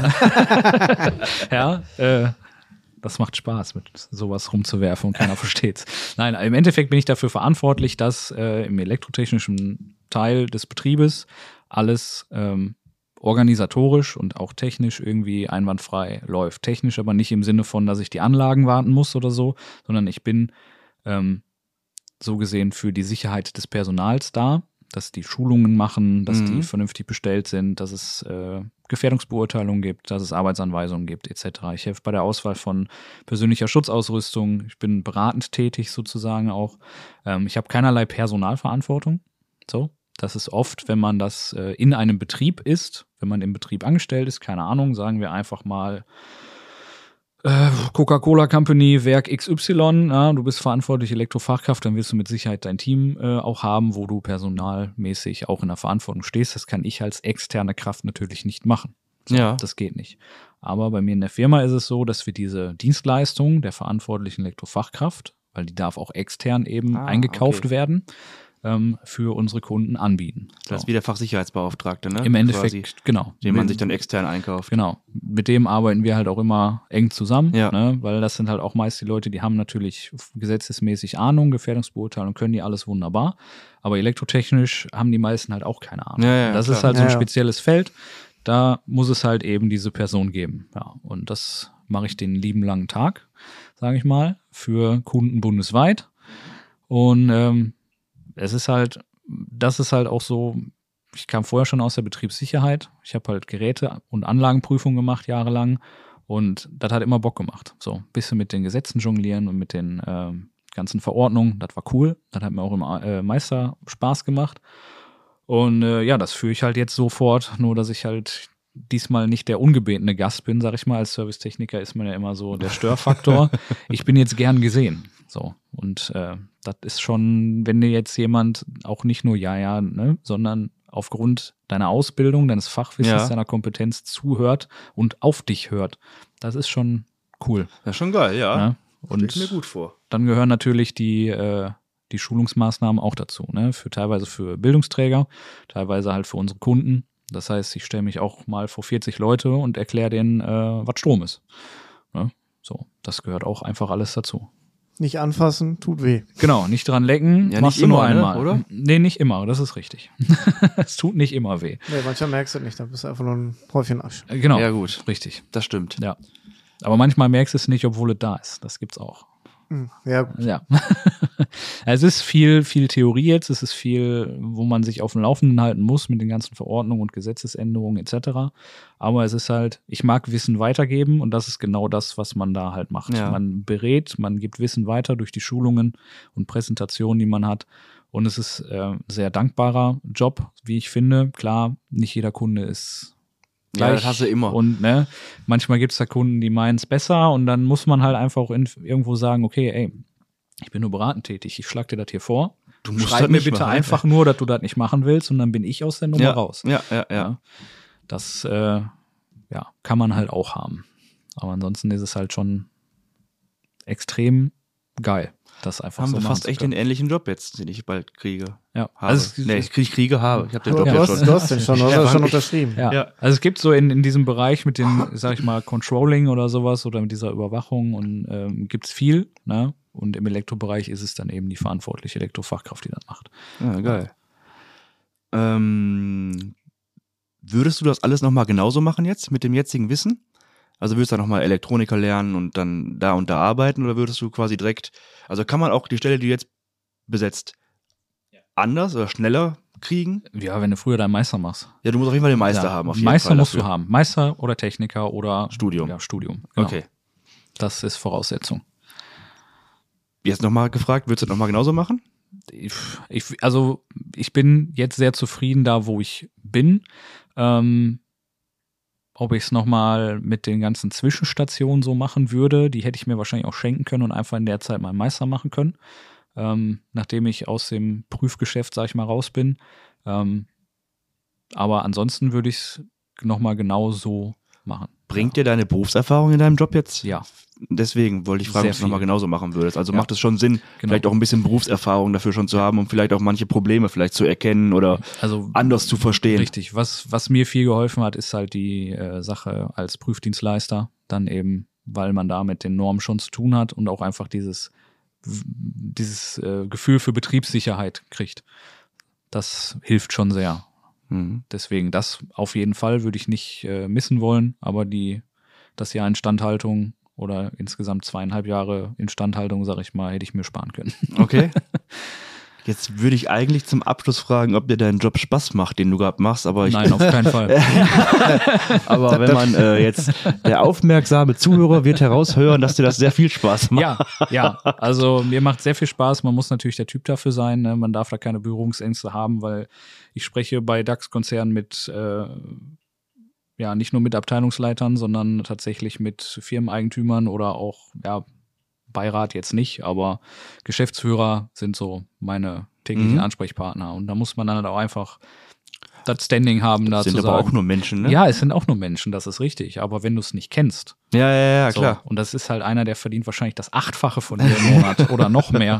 das macht Spaß, mit sowas rumzuwerfen und keiner versteht's. Nein, im Endeffekt bin ich dafür verantwortlich, dass im elektrotechnischen Teil des Betriebes alles organisatorisch und auch technisch irgendwie einwandfrei läuft. Technisch aber nicht im Sinne von, dass ich die Anlagen warten muss oder so, sondern ich bin so gesehen für die Sicherheit des Personals da, dass die Schulungen machen, dass die vernünftig bestellt sind, dass es Gefährdungsbeurteilungen gibt, dass es Arbeitsanweisungen gibt, etc. Ich helfe bei der Auswahl von persönlicher Schutzausrüstung. Ich bin beratend tätig sozusagen auch. Ich habe keinerlei Personalverantwortung. So, das ist oft, wenn man das in einem Betrieb ist, wenn man im Betrieb angestellt ist, keine Ahnung, sagen wir einfach mal Coca-Cola Company, Werk XY, ja, du bist verantwortlich Elektrofachkraft, dann wirst du mit Sicherheit dein Team auch haben, wo du personalmäßig auch in der Verantwortung stehst. Das kann ich als externe Kraft natürlich nicht machen. So, Ja. Das geht nicht. Aber bei mir in der Firma ist es so, dass wir diese Dienstleistung der verantwortlichen Elektrofachkraft, weil die darf auch extern eben eingekauft okay. werden, für unsere Kunden anbieten. Das ist wie der Fachsicherheitsbeauftragte, ne? Im Endeffekt, Quasi, genau. den man sich dann extern einkauft. Genau. Mit dem arbeiten wir halt auch immer eng zusammen, Ja. ne? Weil das sind halt auch meist die Leute, die haben natürlich gesetzesmäßig Ahnung, Gefährdungsbeurteilung, können die alles wunderbar. Aber elektrotechnisch haben die meisten halt auch keine Ahnung. Ja, das klar. ist halt so ein Ja, ja. spezielles Feld. Da muss es halt eben diese Person geben. Ja, und das mache ich den lieben langen Tag, sage ich mal, für Kunden bundesweit. Und das ist halt auch so, ich kam vorher schon aus der Betriebssicherheit. Ich habe halt Geräte- und Anlagenprüfung gemacht jahrelang und das hat immer Bock gemacht. So ein bisschen mit den Gesetzen jonglieren und mit den ganzen Verordnungen, das war cool. Das hat mir auch im Meister Spaß gemacht. Und das führe ich halt jetzt sofort, nur dass ich halt diesmal nicht der ungebetene Gast bin, sag ich mal. Als Servicetechniker ist man ja immer so der Störfaktor. Ich bin jetzt gern gesehen. So. Und das ist schon, wenn dir jetzt jemand auch nicht nur ne, sondern aufgrund deiner Ausbildung, deines Fachwissens, deiner Kompetenz zuhört und auf dich hört. Das ist schon cool. Das ist schon geil, ja. Ne? Stell Und ich mir gut vor. dann gehören natürlich die die Schulungsmaßnahmen auch dazu, ne? Teilweise für Bildungsträger, teilweise halt für unsere Kunden. Das heißt, ich stelle mich auch mal vor 40 Leute und erkläre denen, was Strom ist. Ne? So, das gehört auch einfach alles dazu. Nicht anfassen, tut weh. Genau, nicht dran lecken, Ja, machst nicht du nur immer, ne, einmal. oder? Nee, nicht immer, das ist richtig. Es tut nicht immer weh. Nee, manchmal merkst du es nicht, dann bist du einfach nur ein Häufchen Asch. Genau, Ja, gut. richtig. Das stimmt. Ja. Aber manchmal merkst du es nicht, obwohl es da ist. Das gibt's auch. Ja, gut. Ja. Es ist viel Theorie jetzt, es ist viel, wo man sich auf dem Laufenden halten muss mit den ganzen Verordnungen und Gesetzesänderungen etc. Aber es ist halt, ich mag Wissen weitergeben und das ist genau das, was man da halt macht. Ja. Man berät, man gibt Wissen weiter durch die Schulungen und Präsentationen, die man hat. Und es ist sehr dankbarer Job, wie ich finde. Klar, nicht jeder Kunde ist Ja, gleich. das hast du immer. Und ne, manchmal gibt es da Kunden, die meinen es besser und dann muss man halt einfach auch irgendwo sagen, okay, ey, ich bin nur beratend tätig, ich schlag dir das hier vor. Du musst Schreib das mir nicht bitte machen. einfach nur, dass du das nicht machen willst und dann bin ich aus der Nummer raus. Ja. Das kann man halt auch haben. Aber ansonsten ist es halt schon extrem geil, das einfach Haben so wir machen fast zu echt können. den ähnlichen Job jetzt, den ich bald kriege. Ja, Habe. also Ich kriege, habe. Ich habe den Du, Job du, jetzt hast, schon. du hast den schon, du hast Ja, das schon ich- unterschrieben. Ja. Ja. Also es gibt so in diesem Bereich mit dem, sag ich mal, Controlling oder sowas oder mit dieser Überwachung und gibt's viel, ne? Und im Elektrobereich ist es dann eben die verantwortliche Elektrofachkraft, die das macht. Ja, geil. Würdest du das alles nochmal genauso machen jetzt mit dem jetzigen Wissen? Also würdest du nochmal Elektroniker lernen und dann da und da arbeiten oder würdest du quasi direkt, also kann man auch die Stelle, die du jetzt besetzt, anders oder schneller kriegen? Ja, wenn du früher deinen Meister machst. Ja, du musst auf jeden Fall den Meister Ja, haben. Auf jeden Meister Fall musst du dafür. haben. Meister oder Techniker oder Studium. Ja, Studium. Genau. Okay. Das ist Voraussetzung. Jetzt nochmal gefragt, würdest du das nochmal genauso machen? Ich bin jetzt sehr zufrieden da, wo ich bin. Ob ich es nochmal mit den ganzen Zwischenstationen so machen würde, die hätte ich mir wahrscheinlich auch schenken können und einfach in der Zeit meinen Meister machen können, nachdem ich aus dem Prüfgeschäft, sag ich mal, raus bin. Aber ansonsten würde ich es nochmal genau so machen. Bringt dir deine Berufserfahrung in deinem Job jetzt? Ja. Deswegen wollte ich fragen, Sehr ob du es nochmal viel. genauso machen würdest. Also Ja. macht es schon Sinn, Genau. vielleicht auch ein bisschen Berufserfahrung dafür schon zu haben, um vielleicht auch manche Probleme vielleicht zu erkennen oder Also anders zu verstehen. richtig. Was mir viel geholfen hat, ist halt die Sache als Prüfdienstleister. Dann eben, weil man da mit den Normen schon zu tun hat und auch einfach dieses Gefühl für Betriebssicherheit kriegt. Das hilft schon sehr. Mhm. Deswegen, das auf jeden Fall würde ich nicht missen wollen, aber das Jahr Instandhaltung oder insgesamt 2,5 Jahre Instandhaltung, sag ich mal, hätte ich mir sparen können. Okay. Jetzt würde ich eigentlich zum Abschluss fragen, ob dir dein Job Spaß macht, den du gerade machst, aber Nein, auf keinen Fall. aber wenn man jetzt, der aufmerksame Zuhörer wird heraushören, dass dir das sehr viel Spaß macht. Ja, also mir macht sehr viel Spaß. Man muss natürlich der Typ dafür sein. Ne? Man darf da keine Berührungsängste haben, weil ich spreche bei DAX-Konzernen mit, nicht nur mit Abteilungsleitern, sondern tatsächlich mit Firmeneigentümern oder auch, Beirat jetzt nicht, aber Geschäftsführer sind so meine täglichen Ansprechpartner. Und da muss man dann halt auch einfach das Standing haben, da Sind zu aber sagen. auch nur Menschen, ne? Ja, es sind auch nur Menschen, das ist richtig. Aber wenn du es nicht kennst, Ja, so, klar. und das ist halt einer, der verdient wahrscheinlich das 8-fache von dir im Monat oder noch mehr.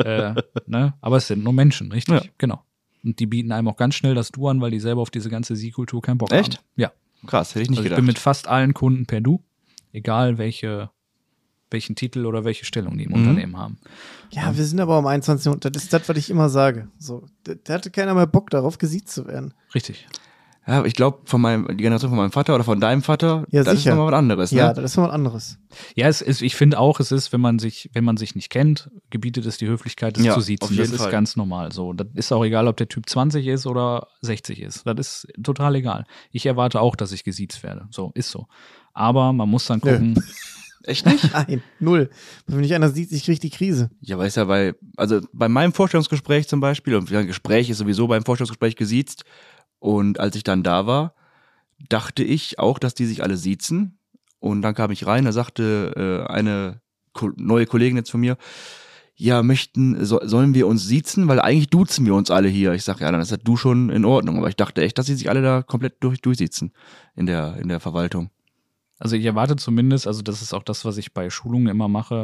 Ne? Aber es sind nur Menschen, richtig? Ja. Genau. Und die bieten einem auch ganz schnell das Du an, weil die selber auf diese ganze Sie-Kultur keinen Bock Echt? haben. Ja. Krass, hätte ich nicht Also ich gedacht. bin mit fast allen Kunden per Du, egal welchen Titel oder welche Stellung die im Unternehmen haben. Ja, wir sind aber um 21 Jahrhundert. Das ist das, was ich immer sage. So, da hatte keiner mehr Bock darauf, gesiezt zu werden. Richtig. Ja, ich glaube, die Generation von meinem Vater oder von deinem Vater, Ja, das sicher. ist nochmal was anderes, ne? Ja, das ist mal was anderes. Ja, ich finde auch, es ist, wenn man sich nicht kennt, gebietet es die Höflichkeit, es Ja, zu auf siezen. jeden Das ist Fall. ganz normal so. Das ist auch egal, ob der Typ 20 ist oder 60 ist. Das ist total egal. Ich erwarte auch, dass ich gesiezt werde. So, ist so. Aber man muss dann gucken, Echt nicht? Nein, null. Wenn mich einer sieht, ich krieg die Krise. Ja, weil es ja bei meinem Vorstellungsgespräch zum Beispiel, und ein Gespräch ist sowieso beim Vorstellungsgespräch gesiezt, und als ich dann da war, dachte ich auch, dass die sich alle siezen, und dann kam ich rein, da sagte eine neue Kollegin jetzt von mir, ja, sollen wir uns siezen, weil eigentlich duzen wir uns alle hier. Ich sage, ja, dann ist das Du schon in Ordnung, aber ich dachte echt, dass sie sich alle da komplett durchsiezen in der Verwaltung. also ich erwarte zumindest, also das ist auch das, was ich bei Schulungen immer mache,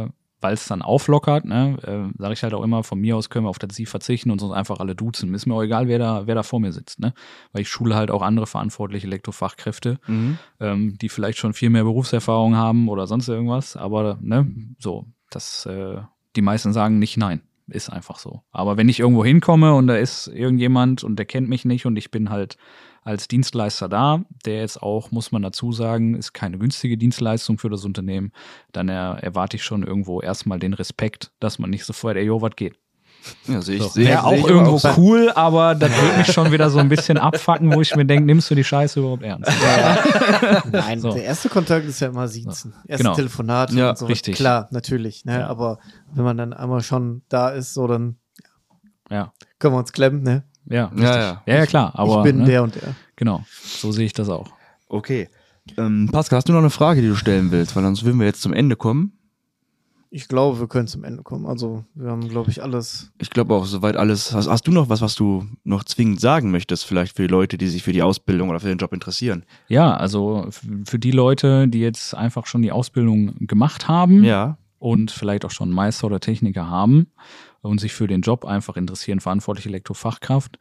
weil es dann auflockert, ne, sage ich halt auch immer, von mir aus können wir auf das Sie verzichten und uns einfach alle duzen. Ist mir auch egal, wer da vor mir sitzt, ne? Weil ich schule halt auch andere verantwortliche Elektrofachkräfte, die vielleicht schon viel mehr Berufserfahrung haben oder sonst irgendwas, aber ne, so, die meisten sagen nicht nein. Ist einfach so. Aber wenn ich irgendwo hinkomme und da ist irgendjemand und der kennt mich nicht und ich bin halt als Dienstleister da, der jetzt auch, muss man dazu sagen, ist keine günstige Dienstleistung für das Unternehmen, dann erwarte ich schon irgendwo erstmal den Respekt, dass man nicht sofort, was geht. Ja, sehe ich. Wäre auch irgendwo cool, aber das würde mich schon wieder so ein bisschen abfacken, wo ich mir denke, nimmst du die Scheiße überhaupt ernst? Nein, So. Der erste Kontakt ist ja immer Siezen. Erste Genau. Telefonat Ja, und so. richtig. Klar, natürlich. Ne? Ja. Aber wenn man dann einmal schon da ist, so dann Ja, können wir uns klemmen. Ne? ja, richtig. Ja. Ja, klar, aber ich bin ne, der und der. genau, so sehe ich das auch. Okay. Pascal, hast du noch eine Frage, die du stellen willst? Weil sonst würden wir jetzt zum Ende kommen. Ich glaube, wir können zum Ende kommen. Also wir haben, glaube ich, alles. Ich glaube auch, soweit alles. Hast du noch was du noch zwingend sagen möchtest, vielleicht für die Leute, die sich für die Ausbildung oder für den Job interessieren? Ja, also für die Leute, die jetzt einfach schon die Ausbildung gemacht haben Ja. und vielleicht auch schon Meister oder Techniker haben und sich für den Job einfach interessieren, verantwortliche Elektrofachkraft.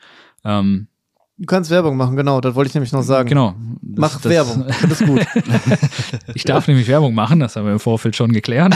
Du kannst Werbung machen, genau. Das wollte ich nämlich noch sagen. Genau. Mach Werbung. Das ist gut. Ich darf nämlich Werbung machen, das haben wir im Vorfeld schon geklärt.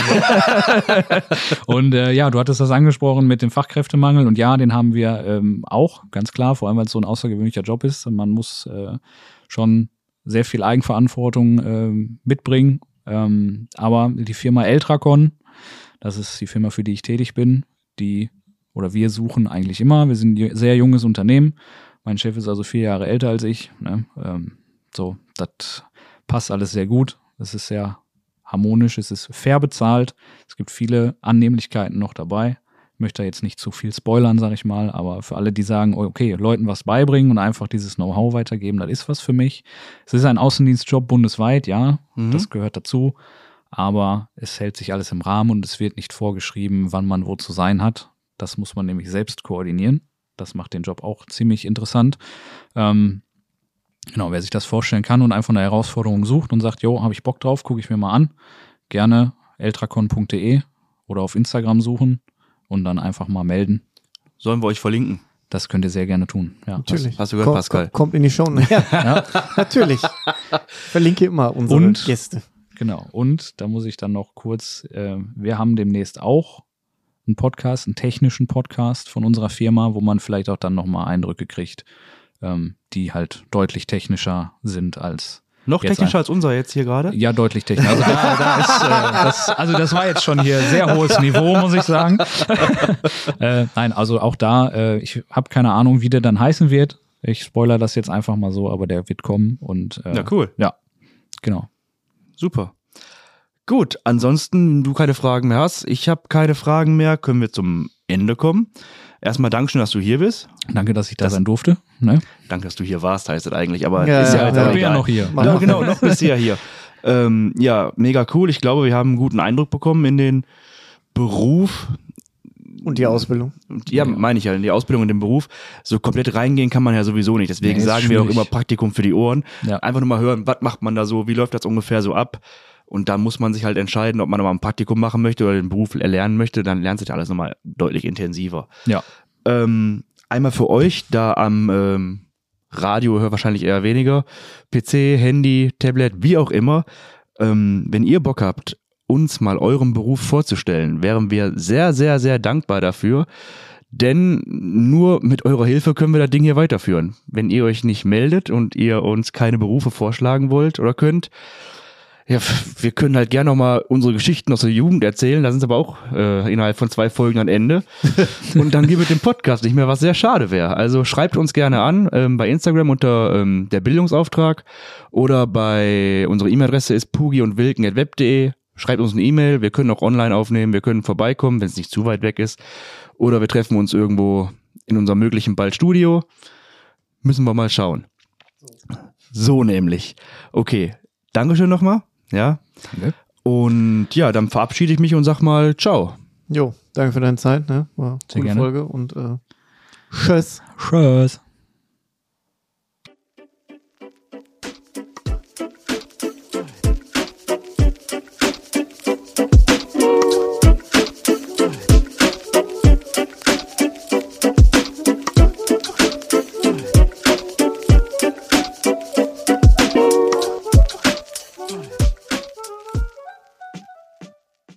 Und ja, du hattest das angesprochen mit dem Fachkräftemangel und ja, den haben wir auch, ganz klar, vor allem weil es so ein außergewöhnlicher Job ist. Man muss schon sehr viel Eigenverantwortung mitbringen. Aber die Firma Eltracon, das ist die Firma, für die ich tätig bin, wir suchen eigentlich immer. Wir sind ein sehr junges Unternehmen. Mein Chef ist also 4 Jahre älter als ich. Ne? So, das passt alles sehr gut. Es ist sehr harmonisch, es ist fair bezahlt. Es gibt viele Annehmlichkeiten noch dabei. Ich möchte da jetzt nicht zu viel spoilern, sag ich mal, aber für alle, die sagen, okay, Leuten was beibringen und einfach dieses Know-how weitergeben, das ist was für mich. Es ist ein Außendienstjob bundesweit, ja, das gehört dazu. Aber es hält sich alles im Rahmen und es wird nicht vorgeschrieben, wann man wo zu sein hat. Das muss man nämlich selbst koordinieren. Das macht den Job auch ziemlich interessant. Genau, wer sich das vorstellen kann und einfach eine Herausforderung sucht und sagt, jo, habe ich Bock drauf, gucke ich mir mal an, gerne eltracon.de oder auf Instagram suchen und dann einfach mal melden. Sollen wir euch verlinken? Das könnt ihr sehr gerne tun. Ja. Natürlich. Hast du gehört, Pascal? Kommt in die Show. Ja, natürlich. Verlinke immer unsere Und- Gäste. Genau. Und da muss ich dann noch kurz, wir haben demnächst auch einen Podcast, einen technischen Podcast von unserer Firma, wo man vielleicht auch dann nochmal Eindrücke kriegt, die halt deutlich technischer sind als Noch jetzt technischer als unser jetzt hier gerade? Ja, deutlich technischer. Also da ist, das war jetzt schon hier sehr hohes Niveau, muss ich sagen. Nein, also auch da, ich habe keine Ahnung, wie der dann heißen wird. Ich spoilere das jetzt einfach mal so, aber der wird kommen und Ja, cool. ja, genau. Super. Gut, ansonsten, wenn du keine Fragen mehr hast, ich habe keine Fragen mehr, können wir zum Ende kommen. Erstmal Dankeschön, dass du hier bist. Danke, dass ich da sein durfte. Ne? Danke, dass du hier warst, heißt es eigentlich, aber Ja, ist ja ja, jetzt ja. auch Ich bin ja egal. noch hier. Mach Ja, mal. genau, noch bist du ja hier. Ja, mega cool. Ich glaube, wir haben einen guten Eindruck bekommen in den Beruf. Und die Ausbildung. Und ja, meine ich ja, in die Ausbildung, in den Beruf. So komplett reingehen kann man ja sowieso nicht. Deswegen Nee, ist sagen wir auch schwierig. immer Praktikum für die Ohren. Ja. Einfach nur mal hören, was macht man da so, wie läuft das ungefähr so ab. Und dann muss man sich halt entscheiden, ob man nochmal ein Praktikum machen möchte oder den Beruf erlernen möchte. Dann lernt sich alles nochmal deutlich intensiver. Ja. Einmal für euch, da am Radio hört wahrscheinlich eher weniger, PC, Handy, Tablet, wie auch immer. Wenn ihr Bock habt, uns mal euren Beruf vorzustellen, wären wir sehr, sehr, sehr dankbar dafür. Denn nur mit eurer Hilfe können wir das Ding hier weiterführen. Wenn ihr euch nicht meldet und ihr uns keine Berufe vorschlagen wollt oder könnt, ja, wir können halt gerne nochmal unsere Geschichten aus der Jugend erzählen. Da sind aber auch innerhalb von 2 Folgen am Ende. Und dann gibt es den Podcast nicht mehr, was sehr schade wäre. Also schreibt uns gerne an bei Instagram unter der Bildungsauftrag oder bei unserer E-Mail-Adresse ist pugi-und-wilken@web.de. Schreibt uns eine E-Mail. Wir können auch online aufnehmen. Wir können vorbeikommen, wenn es nicht zu weit weg ist. Oder wir treffen uns irgendwo in unserem möglichen bald Studio. Müssen wir mal schauen. So nämlich. Okay. Dankeschön nochmal. Ja. Danke. Und ja, dann verabschiede ich mich und sag mal ciao. Jo, danke für deine Zeit. Ne? War eine Sehr coole gerne. Folge und tschüss. Tschüss.